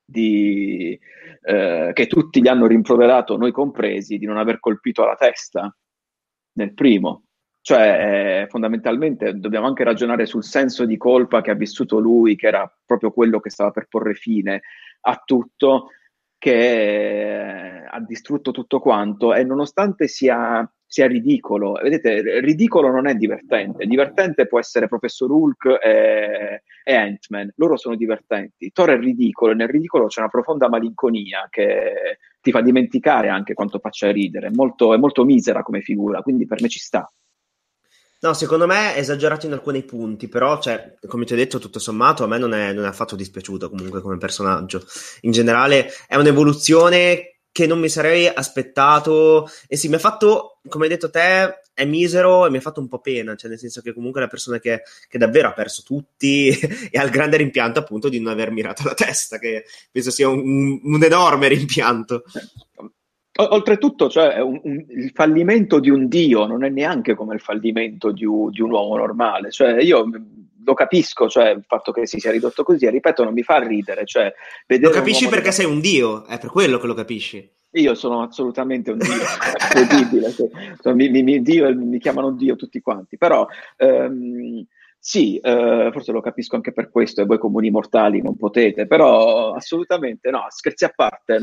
che tutti gli hanno rimproverato, noi compresi, di non aver colpito alla testa nel primo. Cioè, fondamentalmente dobbiamo anche ragionare sul senso di colpa che ha vissuto lui, che era proprio quello che stava per porre fine a tutto, che ha distrutto tutto quanto e nonostante sia ridicolo, vedete, ridicolo non è divertente può essere Professor Hulk e Ant-Man, loro sono divertenti, Thor è ridicolo e nel ridicolo c'è una profonda malinconia che ti fa dimenticare anche quanto faccia ridere, è molto misera come figura, quindi per me ci sta. No, secondo me è esagerato in alcuni punti, però, cioè, come ti ho detto, tutto sommato a me non è affatto dispiaciuto comunque come personaggio. In generale è un'evoluzione che non mi sarei aspettato e sì, mi ha fatto, come hai detto te, è misero e mi ha fatto un po' pena, cioè nel senso che comunque è una persona che davvero ha perso tutti e ha il grande rimpianto appunto di non aver mirato la testa, che penso sia un enorme rimpianto. Oltretutto, cioè, il fallimento di un dio non è neanche come il fallimento di un uomo normale. Cioè, io lo capisco, cioè, il fatto che si sia ridotto così, e ripeto, non mi fa ridere. Cioè, Lo vedere un capisci uomo perché della. sei un dio, è per quello che lo capisci. Io sono assolutamente un dio, è incredibile. Cioè, mi chiamano dio tutti quanti. Però, sì, forse lo capisco anche per questo, e voi comuni mortali non potete, però assolutamente no, scherzi a parte,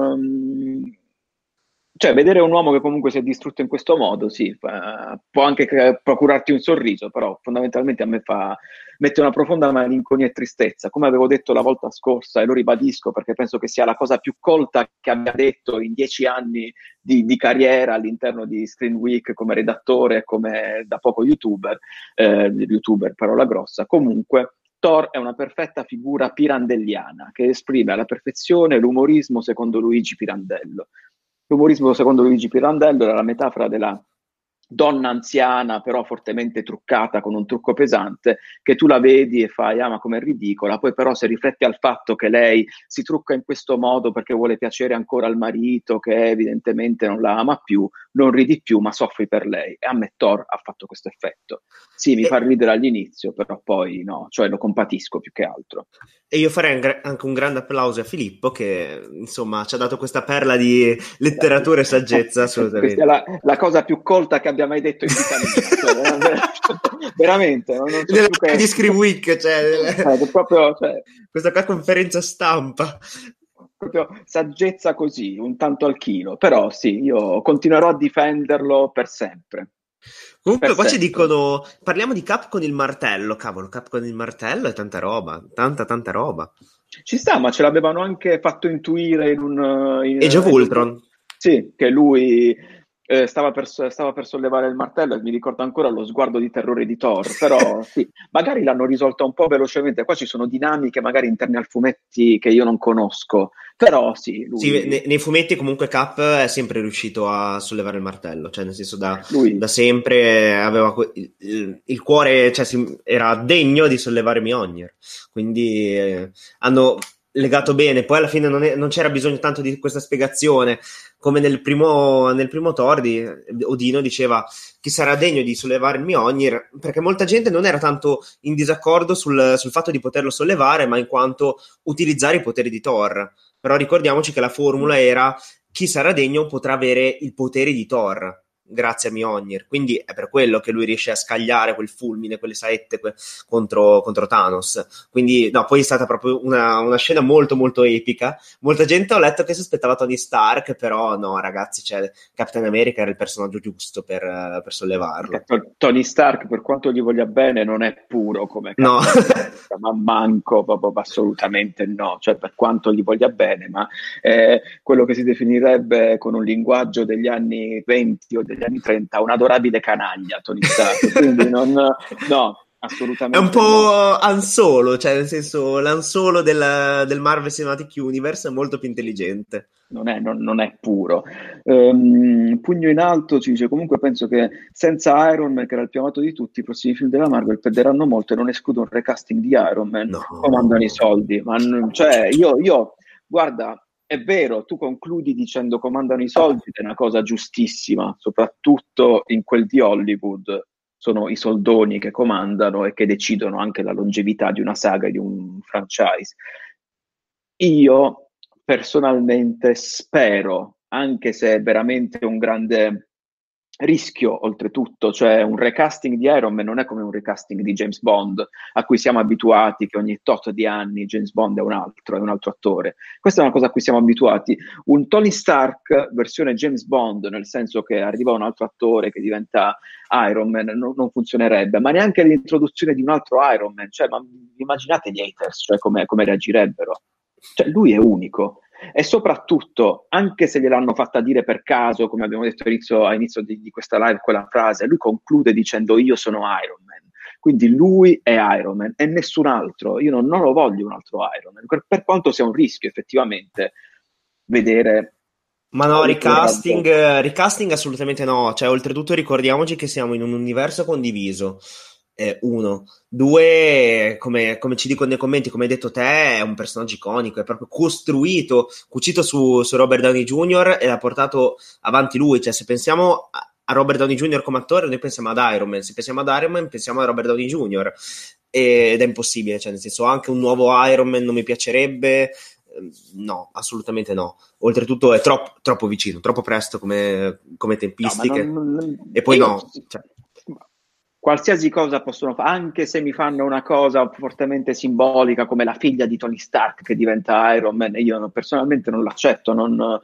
cioè, vedere un uomo che comunque si è distrutto in questo modo, sì, può anche procurarti un sorriso, però fondamentalmente a me mette una profonda malinconia e tristezza. Come avevo detto la volta scorsa, e lo ribadisco perché penso che sia la cosa più colta che abbia detto in 10 anni di carriera all'interno di Screen Week come redattore e come da poco YouTuber, parola grossa. Comunque, Thor è una perfetta figura pirandelliana che esprime alla perfezione l'umorismo secondo Luigi Pirandello. L'umorismo, secondo Luigi Pirandello, era la metafora della donna anziana, però fortemente truccata con un trucco pesante, che tu la vedi e fai, ah, ma com'è ridicola. Poi, però, se rifletti al fatto che lei si trucca in questo modo perché vuole piacere ancora al marito, che evidentemente non la ama più, non ridi più, ma soffri per lei. E a me Thor ha fatto questo effetto. Sì, mi E, fa ridere all'inizio, però poi no, cioè lo compatisco più che altro. e io farei anche un grande applauso a Filippo che insomma ci ha dato questa perla di letteratura e saggezza Questa è assolutamente. la cosa più colta che abbia mai detto in vita mia. Cioè, veramente, non so Nella più di che. Screen Week, Proprio, cioè, questa qua conferenza stampa. proprio saggezza così, un tanto al chilo. Però sì, io continuerò a difenderlo per sempre. Per Comunque qua ci sempre. dicono, parliamo di Cap con il martello, cavolo, Cap con il martello è tanta roba, tanta roba. Ci sta, ma ce l'avevano anche fatto intuire Age of in un. Ultron. Sì, che lui stava per sollevare il martello e mi ricordo ancora lo sguardo di terrore di Thor, però sì, magari l'hanno risolta un po' velocemente, qua ci sono dinamiche magari interne al fumetti che io non conosco, però sì, Sì, lui, nei fumetti comunque Cap è sempre riuscito a sollevare il martello, cioè nel senso lui da sempre aveva il cuore, cioè era degno di sollevare Mjolnir, quindi hanno legato bene, poi alla fine non c'era bisogno tanto di questa spiegazione, come nel primo Thor Odino diceva chi sarà degno di sollevare il Mjolnir, perché molta gente non era tanto in disaccordo sul fatto di poterlo sollevare, ma in quanto utilizzare i poteri di Thor. Però ricordiamoci che la formula era chi sarà degno potrà avere i poteri di Thor grazie a Mjolnir, quindi è per quello che lui riesce a scagliare quel fulmine, quelle saette contro Thanos. Quindi no, poi è stata proprio una scena molto molto epica. Molta gente ho letto che si aspettava Tony Stark, però no ragazzi, cioè, Captain America era il personaggio giusto per sollevarlo. Tony Stark, per quanto gli voglia bene, non è puro come No. Captain America, ma manco, proprio, assolutamente no, cioè per quanto gli voglia bene, ma quello che si definirebbe con un linguaggio degli anni 20 o degli anni 30 un adorabile canaglia, Tony Stark, quindi no, assolutamente è un po' no. Han Solo, cioè nel senso l'Han Solo del Marvel Cinematic Universe è molto più intelligente. Non è puro. Pugno in alto ci dice comunque penso che senza Iron Man, che era il più amato di tutti, i prossimi film della Marvel perderanno molto e non escludo un recasting di Iron Man, No. comandano i soldi, ma cioè io guarda, è vero, tu concludi dicendo comandano i soldi ed è una cosa giustissima, soprattutto in quel di Hollywood sono i soldoni che comandano e che decidono anche la longevità di una saga, di un franchise. Io personalmente spero, anche se è veramente un grande rischio oltretutto, cioè un recasting di Iron Man non è come un recasting di James Bond, a cui siamo abituati che ogni tot di anni James Bond è un altro attore. Questa è una cosa a cui siamo abituati. Un Tony Stark versione James Bond, nel senso che arriva un altro attore che diventa Iron Man, non funzionerebbe, ma neanche l'introduzione di un altro Iron Man, cioè, ma immaginate gli haters, cioè come reagirebbero. Cioè, lui è unico. E soprattutto, anche se gliel'hanno fatta dire per caso, come abbiamo detto a inizio di questa live, quella frase, lui conclude dicendo io sono Iron Man. Quindi lui è Iron Man e nessun altro. Io non lo voglio un altro Iron Man, per quanto sia un rischio effettivamente vedere. Ma no, recasting assolutamente no. Cioè, oltretutto ricordiamoci che siamo in un universo condiviso. Uno. Due, come ci dicono nei commenti, come hai detto te, è un personaggio iconico, è proprio costruito, cucito su Robert Downey Jr. e l'ha portato avanti lui. Cioè, se pensiamo a Robert Downey Jr. come attore, noi pensiamo ad Iron Man. Se pensiamo ad Iron Man, pensiamo a Robert Downey Jr. Ed è impossibile, cioè, nel senso, anche un nuovo Iron Man non mi piacerebbe. No, assolutamente no. Oltretutto è troppo vicino, troppo presto come tempistiche. E poi no. Cioè. Qualsiasi cosa possono fare, anche se mi fanno una cosa fortemente simbolica come la figlia di Tony Stark che diventa Iron Man, e io personalmente non l'accetto, non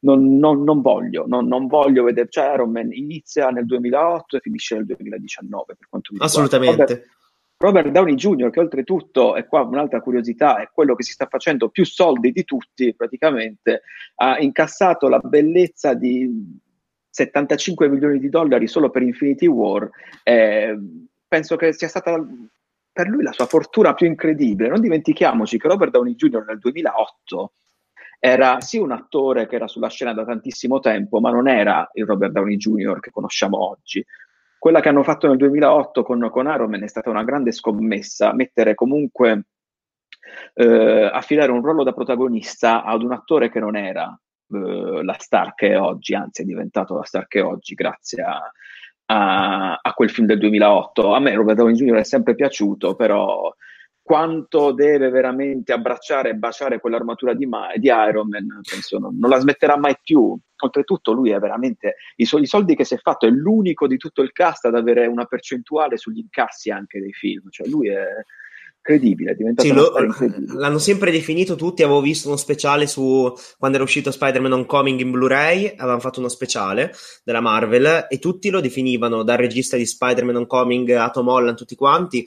voglio vedere, cioè Iron Man inizia nel 2008 e finisce nel 2019 per quanto mi riguarda. Assolutamente. Robert Downey Jr., che oltretutto, e qua un'altra curiosità, è quello che si sta facendo più soldi di tutti praticamente, ha incassato la bellezza di 75 milioni di dollari solo per Infinity War. Penso che sia stata per lui la sua fortuna più incredibile. Non dimentichiamoci che Robert Downey Jr. nel 2008 era sì un attore che era sulla scena da tantissimo tempo, ma non era il Robert Downey Jr. che conosciamo oggi. Quella che hanno fatto nel 2008 con Iron Man è stata una grande scommessa, mettere comunque affidare un ruolo da protagonista ad un attore che non era la star che è oggi, anzi è diventato la star che è oggi grazie a quel film del 2008. A me Robert Downey Jr. è sempre piaciuto, però quanto deve veramente abbracciare e baciare quell'armatura di Iron Man, penso non la smetterà mai più. Oltretutto lui è veramente i soldi che si è fatto, è l'unico di tutto il cast ad avere una percentuale sugli incassi anche dei film, cioè lui è credibile, è diventato una storia incredibile. L'hanno sempre definito tutti, avevo visto uno speciale quando era uscito Spider-Man Homecoming in Blu-ray, avevano fatto uno speciale della Marvel e tutti lo definivano, dal regista di Spider-Man Homecoming a Tom Holland, tutti quanti,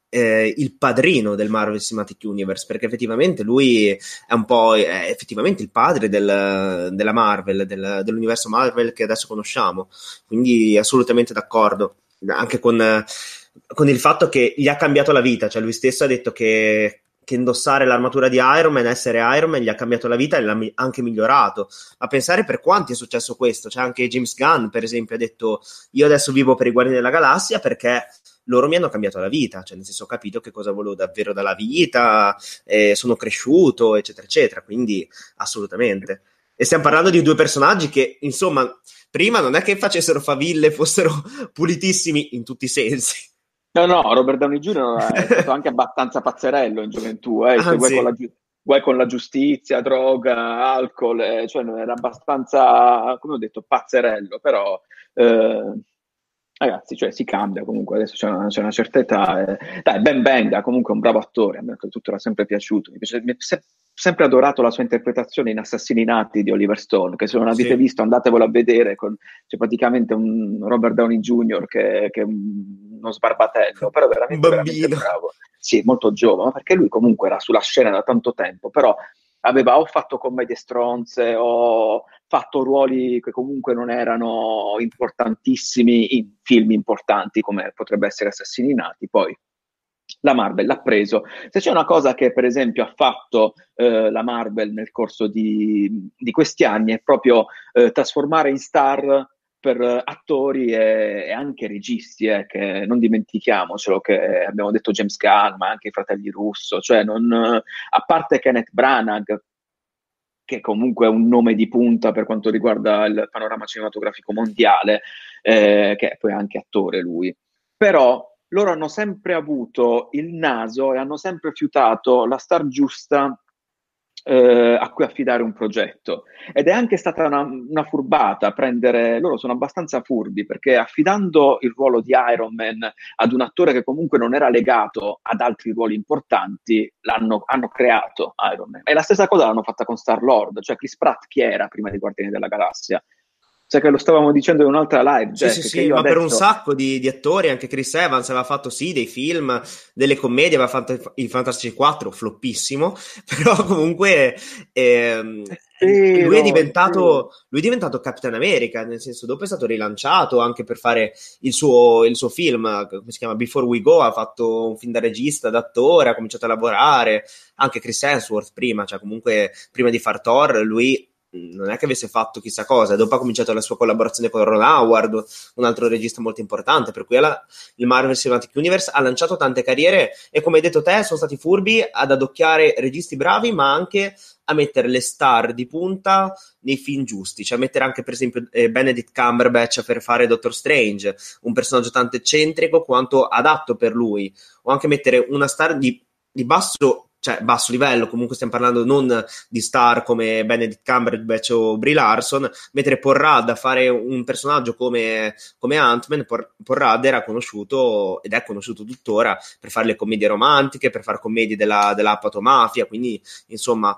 il padrino del Marvel Cinematic Universe, perché effettivamente lui è un po' è effettivamente il padre della Marvel, dell'universo Marvel che adesso conosciamo, quindi assolutamente d'accordo, anche con il fatto che gli ha cambiato la vita, cioè lui stesso ha detto che indossare l'armatura di Iron Man, essere Iron Man, gli ha cambiato la vita e l'ha anche migliorato. A pensare per quanti è successo questo, cioè anche James Gunn, per esempio, ha detto io adesso vivo per i Guardiani della Galassia perché loro mi hanno cambiato la vita, cioè nel senso ho capito che cosa volevo davvero dalla vita, sono cresciuto, eccetera, eccetera, quindi assolutamente. E stiamo parlando di due personaggi che, insomma, prima non è che facessero faville, fossero pulitissimi in tutti i sensi. No, no, Robert Downey Jr. è stato anche abbastanza pazzerello in gioventù, i suoi Anzi, guai con la giustizia, droga, alcol, cioè era abbastanza, come ho detto, pazzerello, però ragazzi, cioè, si cambia comunque, adesso c'è una certa età, dai, Ben Benga comunque è un bravo attore, a me tutto era sempre piaciuto, mi è sempre adorato la sua interpretazione in Assassini Nati di Oliver Stone, che se non avete sì. visto andatevelo a vedere, c'è praticamente un Robert Downey Jr. che è uno sbarbatello, però Un veramente, veramente bambino. bravo. Sì, molto giovane, ma perché lui comunque era sulla scena da tanto tempo, però aveva o fatto commedie stronze o fatto ruoli che comunque non erano importantissimi in film importanti come potrebbe essere Assassini Nati, poi la Marvel l'ha preso. Se c'è una cosa che per esempio ha fatto la Marvel nel corso di questi anni è proprio trasformare in star per attori e anche registi, che non dimentichiamocelo, che abbiamo detto James Gunn, ma anche i fratelli Russo, cioè a parte Kenneth Branagh, che comunque è un nome di punta per quanto riguarda il panorama cinematografico mondiale, che è poi anche attore lui. Però loro hanno sempre avuto il naso e hanno sempre fiutato la star giusta a cui affidare un progetto. Ed è anche stata una furbata prendere, loro sono abbastanza furbi perché affidando il ruolo di Iron Man ad un attore che comunque non era legato ad altri ruoli importanti, hanno creato Iron Man. E la stessa cosa l'hanno fatta con Star-Lord, cioè Chris Pratt chi era prima dei Guardiani della Galassia? Cioè che lo stavamo dicendo in un'altra live, Sì, sì, Jack, che sì, io ma per un adesso sacco di attori, anche Chris Evans aveva fatto sì dei film, delle commedie, aveva fatto i Fantastici 4, floppissimo, però comunque è vero, è vero. lui è diventato Capitan America, nel senso dopo è stato rilanciato anche per fare il suo film, come si chiama, Before We Go, ha fatto un film da regista, da attore, ha cominciato a lavorare, anche Chris Hemsworth prima, cioè comunque prima di far Thor lui non è che avesse fatto chissà cosa, dopo ha cominciato la sua collaborazione con Ron Howard, un altro regista molto importante, per cui il Marvel Cinematic Universe ha lanciato tante carriere e come hai detto te sono stati furbi ad adocchiare registi bravi ma anche a mettere le star di punta nei film giusti, cioè mettere anche per esempio Benedict Cumberbatch per fare Doctor Strange, un personaggio tanto eccentrico quanto adatto per lui, o anche mettere una star di basso livello, comunque stiamo parlando non di star come Benedict Cumberbatch o Brie Larson, mentre Paul Rudd a fare un personaggio come Ant-Man, Paul Rudd era conosciuto ed è conosciuto tuttora per fare le commedie romantiche, per fare commedie della apatomafia, quindi insomma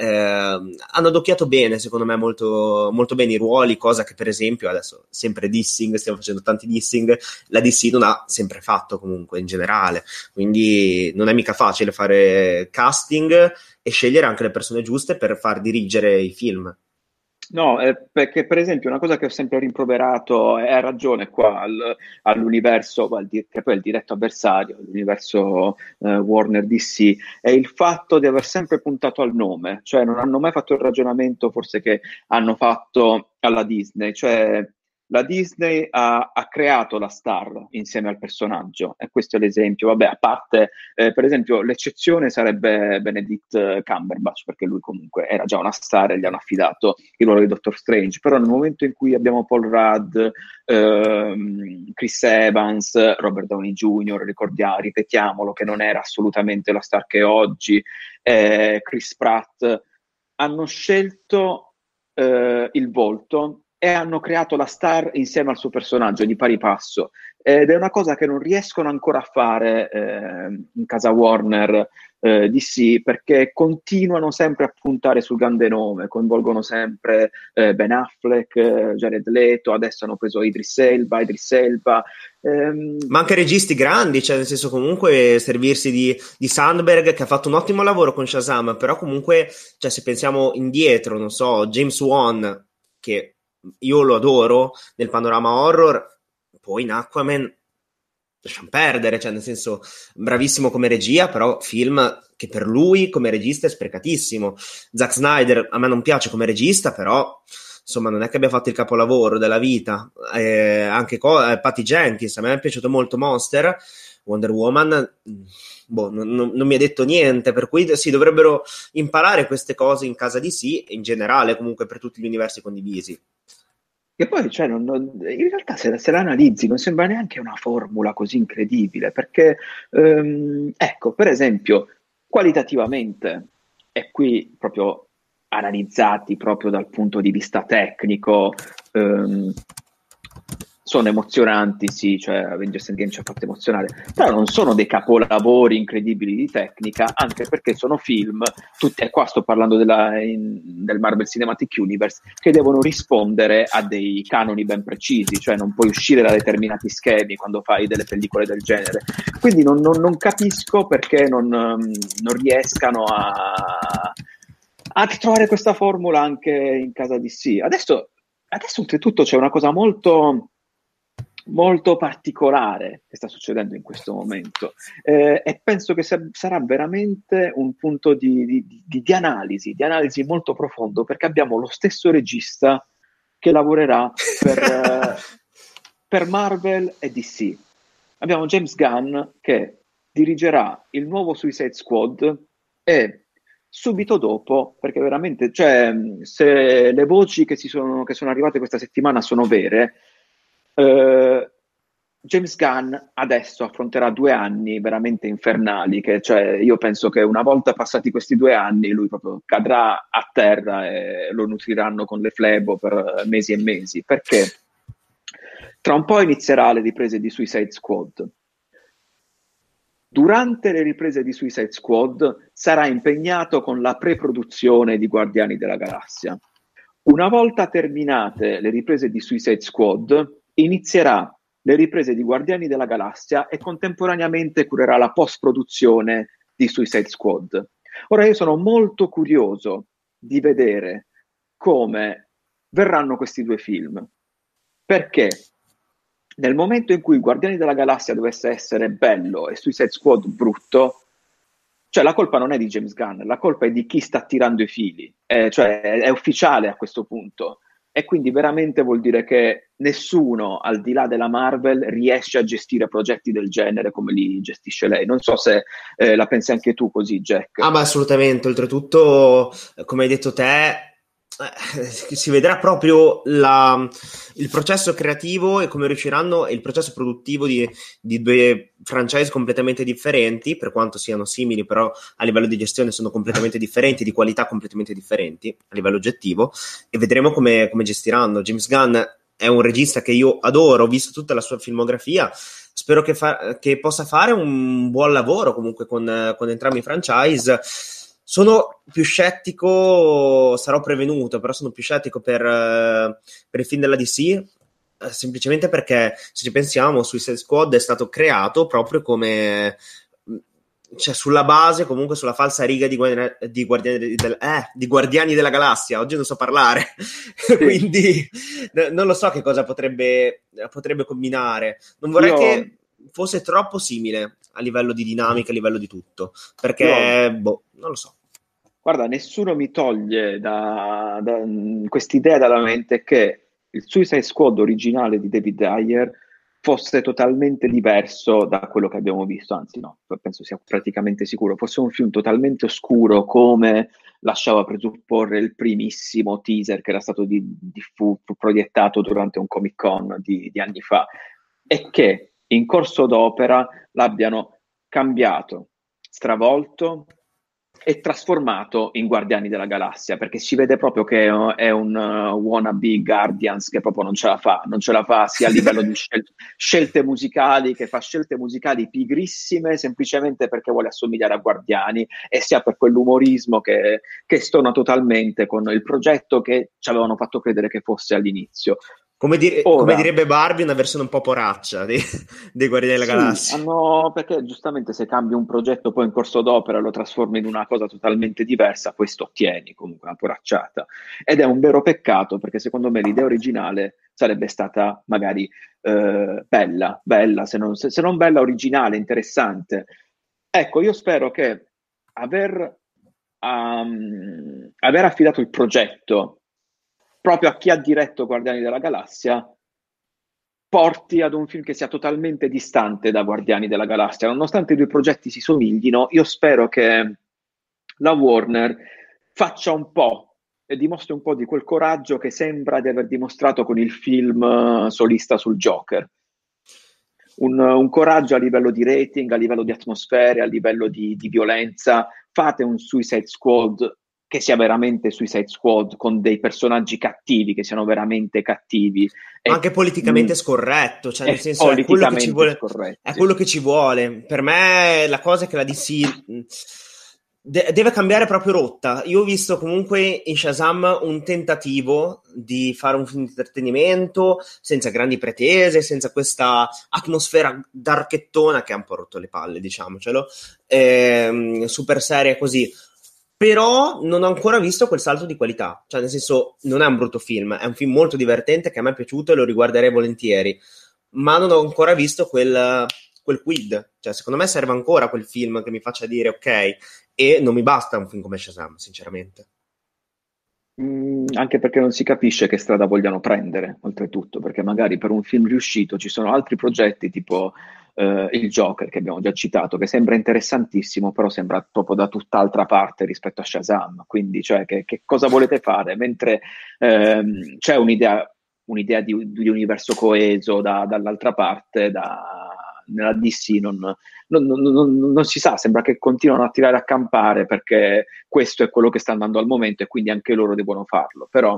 hanno adocchiato bene, secondo me molto, molto bene i ruoli, cosa che per esempio adesso sempre dissing, stiamo facendo tanti dissing, la DC non ha sempre fatto comunque in generale, quindi non è mica facile fare casting e scegliere anche le persone giuste per far dirigere i film. No, perché per esempio una cosa che ho sempre rimproverato, e ha ragione qua all'universo, che poi è il diretto avversario, l'universo Warner DC, è il fatto di aver sempre puntato al nome, cioè non hanno mai fatto il ragionamento forse che hanno fatto alla Disney, cioè la Disney ha creato la star insieme al personaggio, e questo è l'esempio, vabbè, a parte per esempio, l'eccezione sarebbe Benedict Cumberbatch, perché lui comunque era già una star e gli hanno affidato il ruolo di Doctor Strange. Però nel momento in cui abbiamo Paul Rudd, Chris Evans, Robert Downey Jr., ripetiamolo, che non era assolutamente la star che è oggi, Chris Pratt, hanno scelto il volto e hanno creato la star insieme al suo personaggio di pari passo. Ed è una cosa che non riescono ancora a fare in casa Warner DC, perché continuano sempre a puntare sul grande nome, coinvolgono sempre Ben Affleck, Jared Leto, adesso hanno preso Idris Elba. Ma anche registi grandi, cioè nel senso comunque servirsi di Sandberg, che ha fatto un ottimo lavoro con Shazam, però comunque, cioè, se pensiamo indietro, non so, James Wan, che io lo adoro nel panorama horror, poi in Aquaman lasciamo perdere, cioè nel senso bravissimo come regia, però film che per lui come regista è sprecatissimo. Zack Snyder a me non piace come regista, però insomma non è che abbia fatto il capolavoro della vita. Anche Patty Jenkins, a me è piaciuto molto Monster. Wonder Woman non mi ha detto niente, per cui si dovrebbero imparare queste cose in casa DC e in generale comunque per tutti gli universi condivisi. Che poi, cioè, in realtà, se la analizzi, non sembra neanche una formula così incredibile, perché, ecco, per esempio, qualitativamente, e qui proprio analizzati proprio dal punto di vista tecnico, sono emozionanti, sì, cioè Avengers Endgame ci ha fatto emozionare, però non sono dei capolavori incredibili di tecnica, anche perché sono film, tutti, e qua sto parlando del Marvel Cinematic Universe, che devono rispondere a dei canoni ben precisi, cioè non puoi uscire da determinati schemi quando fai delle pellicole del genere. Quindi non capisco perché non riescano a trovare questa formula anche in casa DC. Adesso oltretutto c'è una cosa molto molto particolare che sta succedendo in questo momento, e penso che sarà veramente un punto di analisi molto profondo, perché abbiamo lo stesso regista che lavorerà per Marvel e DC. Abbiamo James Gunn che dirigerà il nuovo Suicide Squad, e subito dopo, perché veramente, cioè, se le voci che sono arrivate questa settimana sono vere, James Gunn adesso affronterà 2 anni veramente infernali, che cioè io penso che una volta passati questi 2 anni lui proprio cadrà a terra e lo nutriranno con le flebo per mesi e mesi, perché tra un po' inizierà le riprese di Suicide Squad. Durante le riprese di Suicide Squad sarà impegnato con la pre-produzione di Guardiani della Galassia. Una volta terminate le riprese di Suicide Squad, inizierà le riprese di Guardiani della Galassia e contemporaneamente curerà la post-produzione di Suicide Squad. Ora io sono molto curioso di vedere come verranno questi 2 film, perché nel momento in cui Guardiani della Galassia dovesse essere bello e Suicide Squad brutto, cioè la colpa non è di James Gunn, la colpa è di chi sta tirando i fili, cioè è ufficiale a questo punto, e quindi veramente vuol dire che nessuno al di là della Marvel riesce a gestire progetti del genere come li gestisce lei. Non so se la pensi anche tu così, Jack. Ah, ma assolutamente, oltretutto, come hai detto te, si vedrà proprio il processo creativo e come riusciranno, il processo produttivo di 2 franchise completamente differenti, per quanto siano simili, però a livello di gestione sono completamente differenti, di qualità completamente differenti a livello oggettivo, e vedremo come gestiranno. James Gunn è un regista che io adoro, ho visto tutta la sua filmografia, spero che possa fare un buon lavoro comunque con entrambi i franchise. Sono più scettico, sarò prevenuto, però sono più scettico per il film della DC, semplicemente perché, se ci pensiamo, Suicide Squad è stato creato proprio come, cioè, sulla base, comunque sulla falsa riga di Guardiani della Galassia. Oggi non so parlare, quindi non lo so che cosa potrebbe combinare. Non vorrei che fosse troppo simile a livello di dinamica, a livello di tutto, perché non lo so. Guarda, nessuno mi toglie quest'idea dalla mente che il Suicide Squad originale di David Ayer fosse totalmente diverso da quello che abbiamo visto, anzi no, penso sia praticamente sicuro, fosse un film totalmente oscuro, come lasciava presupporre il primissimo teaser che era stato proiettato durante un Comic Con di anni fa, e che in corso d'opera l'abbiano cambiato, stravolto è trasformato in Guardiani della Galassia, perché si vede proprio che è un wannabe Guardians che proprio non ce la fa sia a livello di scelte musicali, che fa scelte musicali pigrissime semplicemente perché vuole assomigliare a Guardiani, e sia per quell'umorismo che stona totalmente con il progetto che ci avevano fatto credere che fosse all'inizio. Come Ora, direbbe Barbie, una versione un po' poraccia dei Guardiani della sì, Galassia. perché giustamente se cambi un progetto poi in corso d'opera e lo trasformi in una cosa totalmente diversa, questo ottieni comunque una poracciata. Ed è un vero peccato, perché secondo me l'idea originale sarebbe stata magari bella, se non bella, originale, interessante. Ecco, io spero che aver, aver affidato il progetto proprio a chi ha diretto Guardiani della Galassia porti ad un film che sia totalmente distante da Guardiani della Galassia. Nonostante i due progetti si somiglino, io spero che la Warner faccia un po' e dimostri un po' di quel coraggio che sembra di aver dimostrato con il film solista sul Joker. Un coraggio a livello di rating, a livello di atmosfere, a livello di violenza. Fate un Suicide Squad che sia veramente Suicide Squad, con dei personaggi cattivi, che siano veramente cattivi. Ma anche politicamente scorretto, cioè nel senso è quello che ci vuole, è scorretti. quello che ci vuole. Per me la cosa è che la DC deve cambiare proprio rotta. Io ho visto comunque in Shazam un tentativo di fare un film di intrattenimento senza grandi pretese, senza questa atmosfera darkettona che ha un po' rotto le palle, diciamocelo, super seria così. Però non ho ancora visto quel salto di qualità, cioè nel senso non è un brutto film, è un film molto divertente che a me è piaciuto e lo riguarderei volentieri, ma non ho ancora visto quel quid, cioè secondo me serve ancora quel film che mi faccia dire ok, e non mi basta un film come Shazam, sinceramente. Anche perché non si capisce che strada vogliano prendere, oltretutto, perché magari per un film riuscito ci sono altri progetti tipo il Joker che abbiamo già citato, che sembra interessantissimo, però sembra proprio da tutt'altra parte rispetto a Shazam. Quindi, cioè, che cosa volete fare? Mentre c'è un'idea di universo coeso dall'altra parte, nella DC non si sa, sembra che continuano a tirare a campare perché questo è quello che sta andando al momento e quindi anche loro devono farlo, però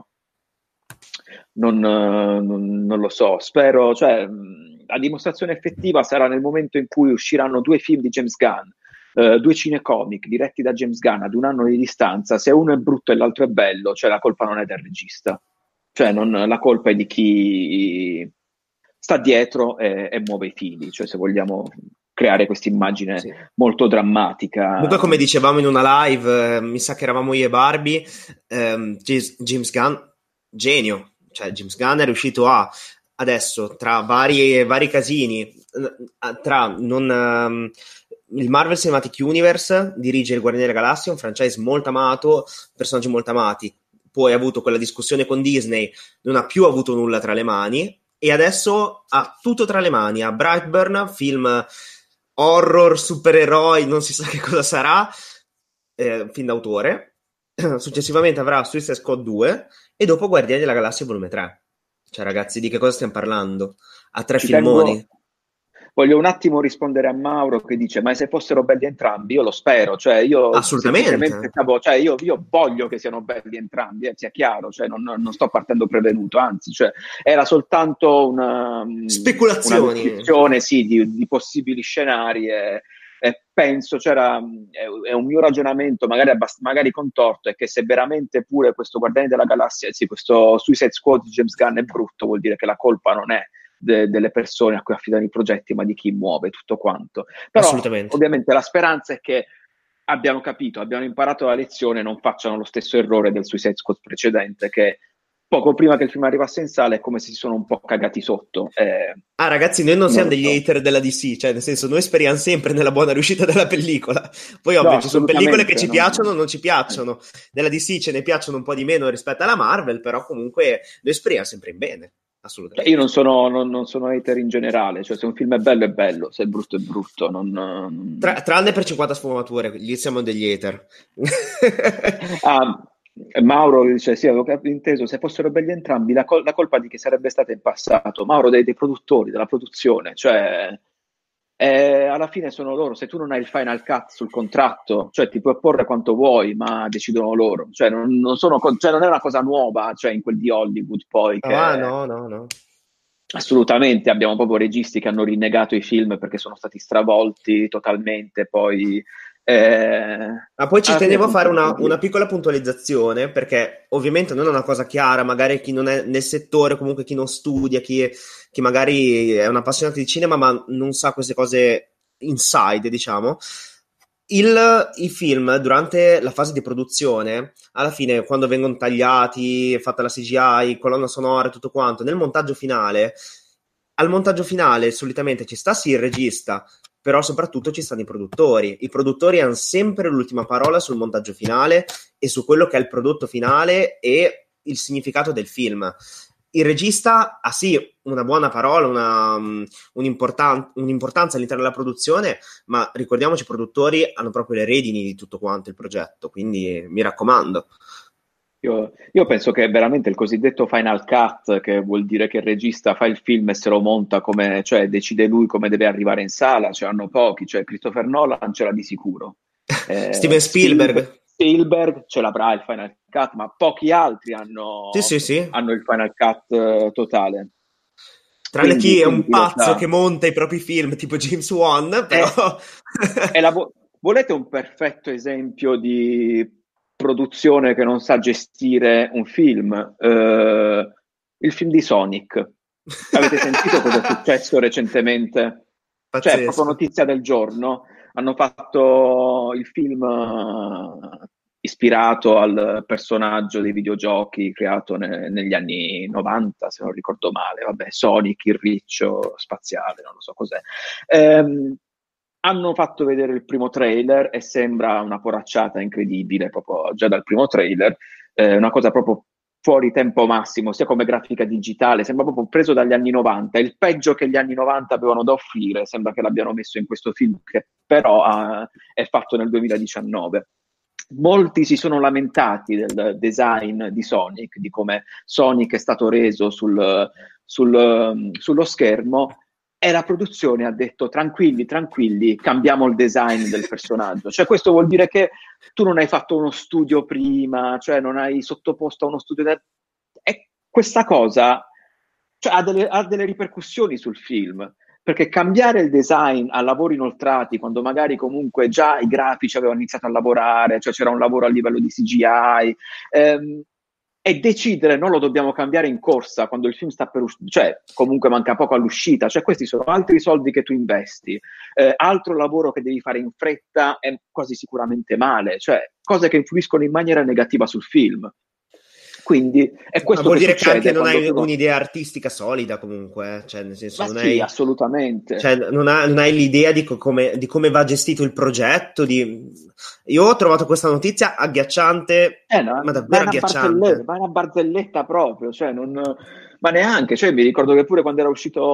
non lo so, spero, cioè la dimostrazione effettiva sarà nel momento in cui usciranno due film di James Gunn, due cinecomic diretti da James Gunn ad un anno di distanza. Se uno è brutto e l'altro è bello, cioè la colpa non è del regista, cioè la colpa è di chi sta dietro e muove i fili, cioè se vogliamo creare questa immagine Sì. molto drammatica. Comunque, come dicevamo in una live, mi sa che eravamo io e Barbie, James Gunn, genio, cioè James Gunn è riuscito adesso, tra vari casini, tra il Marvel Cinematic Universe, dirige il Guardiani della Galassia, un franchise molto amato, personaggi molto amati, poi ha avuto quella discussione con Disney, non ha più avuto nulla tra le mani, e adesso ha tutto tra le mani, ha Brightburn, film horror, supereroi, non si sa che cosa sarà, film d'autore. Successivamente avrà Suicide Squad 2 e dopo Guardiani della Galassia volume 3. Cioè ragazzi, di che cosa stiamo parlando? A 3 filmoni. Voglio un attimo rispondere a Mauro che dice: ma se fossero belli entrambi? Io lo spero, cioè io assolutamente, cioè io voglio che siano belli entrambi, sia chiaro, cioè non sto partendo prevenuto, anzi, cioè era soltanto una speculazioni, descrizione, sì, di possibili scenari, e penso, è un mio ragionamento magari contorto, è che se veramente pure questo Guardiani della Galassia, sì, questo Suicide Squad di James Gunn è brutto, vuol dire che la colpa non è delle persone a cui affidano i progetti, ma di chi muove tutto quanto. Però ovviamente la speranza è che abbiano capito, abbiano imparato la lezione e non facciano lo stesso errore del Suicide Squad precedente, che poco prima che il film arrivasse in sala è come se si sono un po' cagati sotto. Ragazzi, noi non siamo degli hater della DC, cioè nel senso noi speriamo sempre nella buona riuscita della pellicola. Poi ovvio ci sono pellicole che ci piacciono o non ci piacciono. Nella DC ce ne piacciono un po' di meno rispetto alla Marvel, però comunque noi speriamo sempre in bene. Assolutamente. Io non sono hater in generale, cioè se un film è bello, se è brutto è brutto. Tranne per 50 sfumature, lì siamo degli hater. Mauro dice: sì, avevo inteso, se fossero belli entrambi, la colpa di chi sarebbe stata in passato? Mauro, dei produttori, della produzione, cioè Alla fine sono loro, se tu non hai il final cut sul contratto, cioè ti puoi opporre quanto vuoi, ma decidono loro, cioè cioè non è una cosa nuova, cioè in quel di Hollywood poi Ah, che no, no, no. assolutamente abbiamo proprio registi che hanno rinnegato i film perché sono stati stravolti totalmente, poi Ma poi ci alla fine tenevo a fare funziona una così. piccola puntualizzazione, perché ovviamente non è una cosa chiara, magari chi non è nel settore, comunque chi non studia, chi magari è un appassionato di cinema, ma non sa queste cose inside, diciamo. I film durante la fase di produzione, alla fine, quando vengono tagliati, fatta la CGI, colonna sonora e tutto quanto, nel montaggio finale, al montaggio finale solitamente ci sta sì il regista, però soprattutto ci stanno i produttori. I produttori hanno sempre l'ultima parola sul montaggio finale e su quello che è il prodotto finale e il significato del film. Il regista ha sì una buona parola, un'importanza all'interno della produzione, ma ricordiamoci, i produttori hanno proprio le redini di tutto quanto il progetto, quindi mi raccomando. Io penso che veramente il cosiddetto final cut, che vuol dire che il regista fa il film e se lo monta come, cioè decide lui come deve arrivare in sala, ce l'hanno pochi, cioè Christopher Nolan ce l'ha di sicuro. Steven Spielberg. Spielberg ce l'avrà il final cut, ma pochi altri Sì, hanno, sì, sì. hanno il final cut totale. Tranne chi è Quindi un chi lo pazzo sa. che monta i propri film, tipo James Wan, però... È, volete un perfetto esempio di produzione che non sa gestire un film? Il film di Sonic. Avete sentito cosa è successo recentemente? Cioè, è proprio Pazzesco. notizia del giorno. Hanno fatto il film ispirato al personaggio dei videogiochi creato negli anni 90, se non ricordo male. Vabbè, Sonic, il riccio spaziale, non lo so cos'è. Hanno fatto vedere il primo trailer e sembra una poracciata incredibile, proprio già dal primo trailer, una cosa proprio fuori tempo massimo, sia come grafica digitale, sembra proprio preso dagli anni 90, il peggio che gli anni 90 avevano da offrire, sembra che l'abbiano messo in questo film che però è fatto nel 2019. Molti si sono lamentati del design di Sonic, di come Sonic è stato reso sullo schermo, e la produzione ha detto tranquilli, tranquilli, cambiamo il design del personaggio. Cioè questo vuol dire che tu non hai fatto uno studio prima, cioè non hai sottoposto a uno studio... E questa cosa cioè, ha delle ripercussioni sul film, perché cambiare il design a lavori inoltrati, quando magari comunque già i grafici avevano iniziato a lavorare, cioè c'era un lavoro a livello di CGI, e decidere non lo dobbiamo cambiare in corsa quando il film sta per uscire, cioè comunque manca poco all'uscita, cioè questi sono altri soldi che tu investi, altro lavoro che devi fare in fretta è quasi sicuramente male, cioè cose che influiscono in maniera negativa sul film. Quindi è Ma questo vuol che dire che anche succede non quando hai tu non... un'idea artistica solida comunque, cioè nel senso Ma non sì, hai, assolutamente. cioè, non hai l'idea di come va gestito il progetto. Io ho trovato questa notizia agghiacciante, ma Ma è davvero una barzelletta, agghiacciante. ma è una barzelletta proprio, cioè ma neanche, cioè mi ricordo che pure quando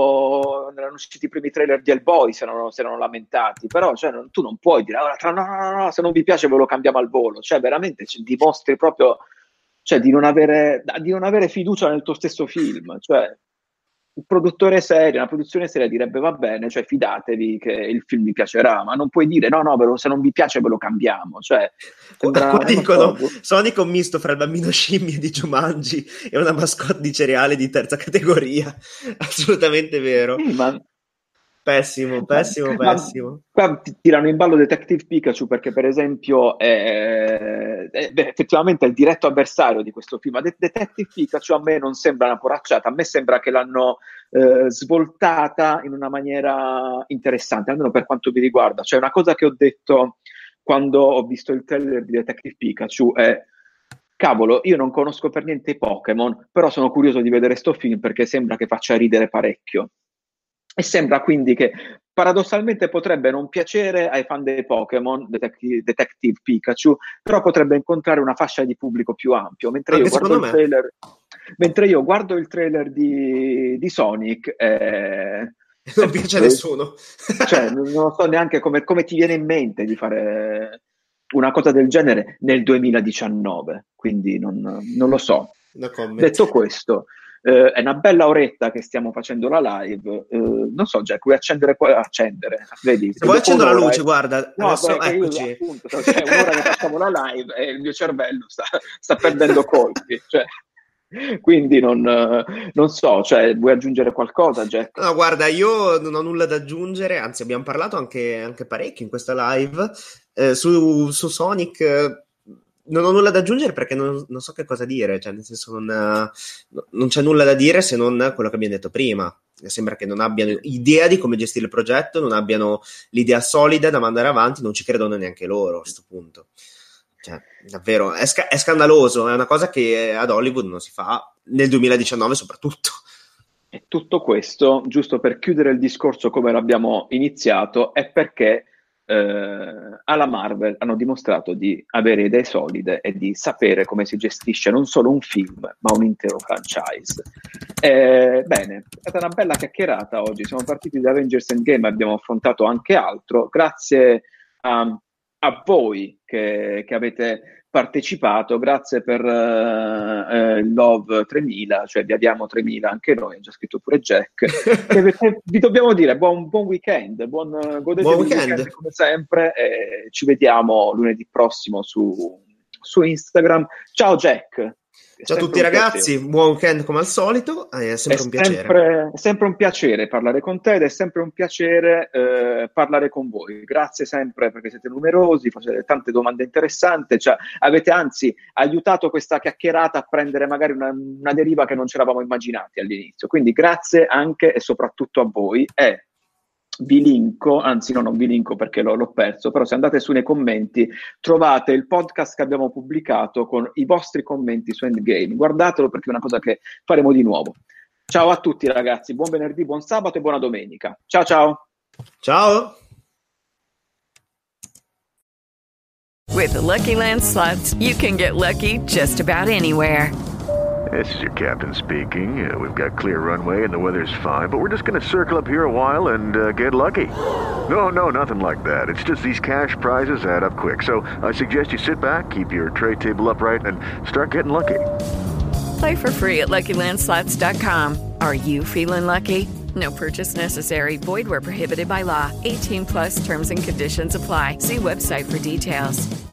erano usciti i primi trailer di Hellboy si erano lamentati, però cioè, tu non puoi dire, "Ora, no, no, no, no, se non vi piace ve lo cambiamo al volo", cioè veramente dimostri proprio, cioè, di non avere fiducia nel tuo stesso film, cioè un produttore serio, una produzione seria direbbe va bene, cioè fidatevi che il film vi piacerà, ma non puoi dire no, no, se non vi piace ve lo cambiamo, cioè Qua sembra un dicono assurdo. Sonic è un misto fra il bambino scimmia di Jumanji e una mascotte di cereale di terza categoria. Assolutamente vero. Sì, Pessimo, pessimo, ma pessimo. qua ti tirano in ballo Detective Pikachu perché per esempio effettivamente è il diretto avversario di questo film. Ma Detective Pikachu a me non sembra una poracciata, a me sembra che l'hanno svoltata in una maniera interessante, almeno per quanto mi riguarda. Cioè una cosa che ho detto quando ho visto il trailer di Detective Pikachu è: cavolo, io non conosco per niente i Pokémon, però sono curioso di vedere sto film perché sembra che faccia ridere parecchio. E sembra quindi che paradossalmente potrebbe non piacere ai fan dei Pokémon, Detective Pikachu, però potrebbe incontrare una fascia di pubblico più ampio. Anche secondo me. Mentre io guardo il trailer di Sonic, Non piace a nessuno. cioè, non so neanche come ti viene in mente di fare una cosa del genere nel 2019, quindi non lo so. No comment. Detto questo, È una bella oretta che stiamo facendo la live. Non so, Jack, vuoi accendere? Vedi, se vuoi accendo la luce, guarda. No, adesso, eccoci. Appunto, cioè, un'ora che facciamo la live e il mio cervello sta perdendo colpi. Cioè. Quindi non so, cioè, vuoi aggiungere qualcosa, Jack? No, guarda, io non ho nulla da aggiungere, anzi abbiamo parlato anche parecchio in questa live. Su Sonic non ho nulla da aggiungere perché non so che cosa dire, cioè nel senso non c'è nulla da dire se non quello che abbiamo detto prima. Sembra che non abbiano idea di come gestire il progetto, non abbiano l'idea solida da mandare avanti, non ci credono neanche loro a questo punto. Cioè, davvero, è scandaloso, è una cosa che ad Hollywood non si fa, nel 2019 soprattutto. E tutto questo, giusto per chiudere il discorso come l'abbiamo iniziato, è perché alla Marvel hanno dimostrato di avere idee solide e di sapere come si gestisce non solo un film, ma un intero franchise. Bene, è stata una bella chiacchierata oggi, siamo partiti da Avengers Endgame, abbiamo affrontato anche altro, grazie a voi che avete partecipato, grazie per Love 3000, cioè vi abbiamo 3000 anche noi, ha già scritto pure Jack. Vi dobbiamo dire buon weekend, godetevi buon weekend come sempre, e ci vediamo lunedì prossimo su Instagram. Ciao Jack. Ciao a tutti ragazzi, buon weekend come al solito, è sempre un piacere. È sempre un piacere parlare con te ed è sempre un piacere parlare con voi. Grazie sempre perché siete numerosi, facete tante domande interessanti, cioè, avete anzi aiutato questa chiacchierata a prendere magari una deriva che non ci eravamo immaginati all'inizio. Quindi grazie anche e soprattutto a voi. Vi linko, anzi no, non vi linko perché l'ho perso, però se andate su nei commenti trovate il podcast che abbiamo pubblicato con i vostri commenti su Endgame, guardatelo perché è una cosa che faremo di nuovo. Ciao a tutti ragazzi, buon venerdì, buon sabato e buona domenica. Ciao ciao! Ciao! With the Lucky Land Slots, you can get lucky just about anywhere. This is your captain speaking. We've got clear runway and the weather's fine, but we're just going to circle up here a while and get lucky. No, nothing like that. It's just these cash prizes add up quick. So I suggest you sit back, keep your tray table upright, and start getting lucky. Play for free at LuckyLandSlots.com. Are you feeling lucky? No purchase necessary. Void where prohibited by law. 18+ terms and conditions apply. See website for details.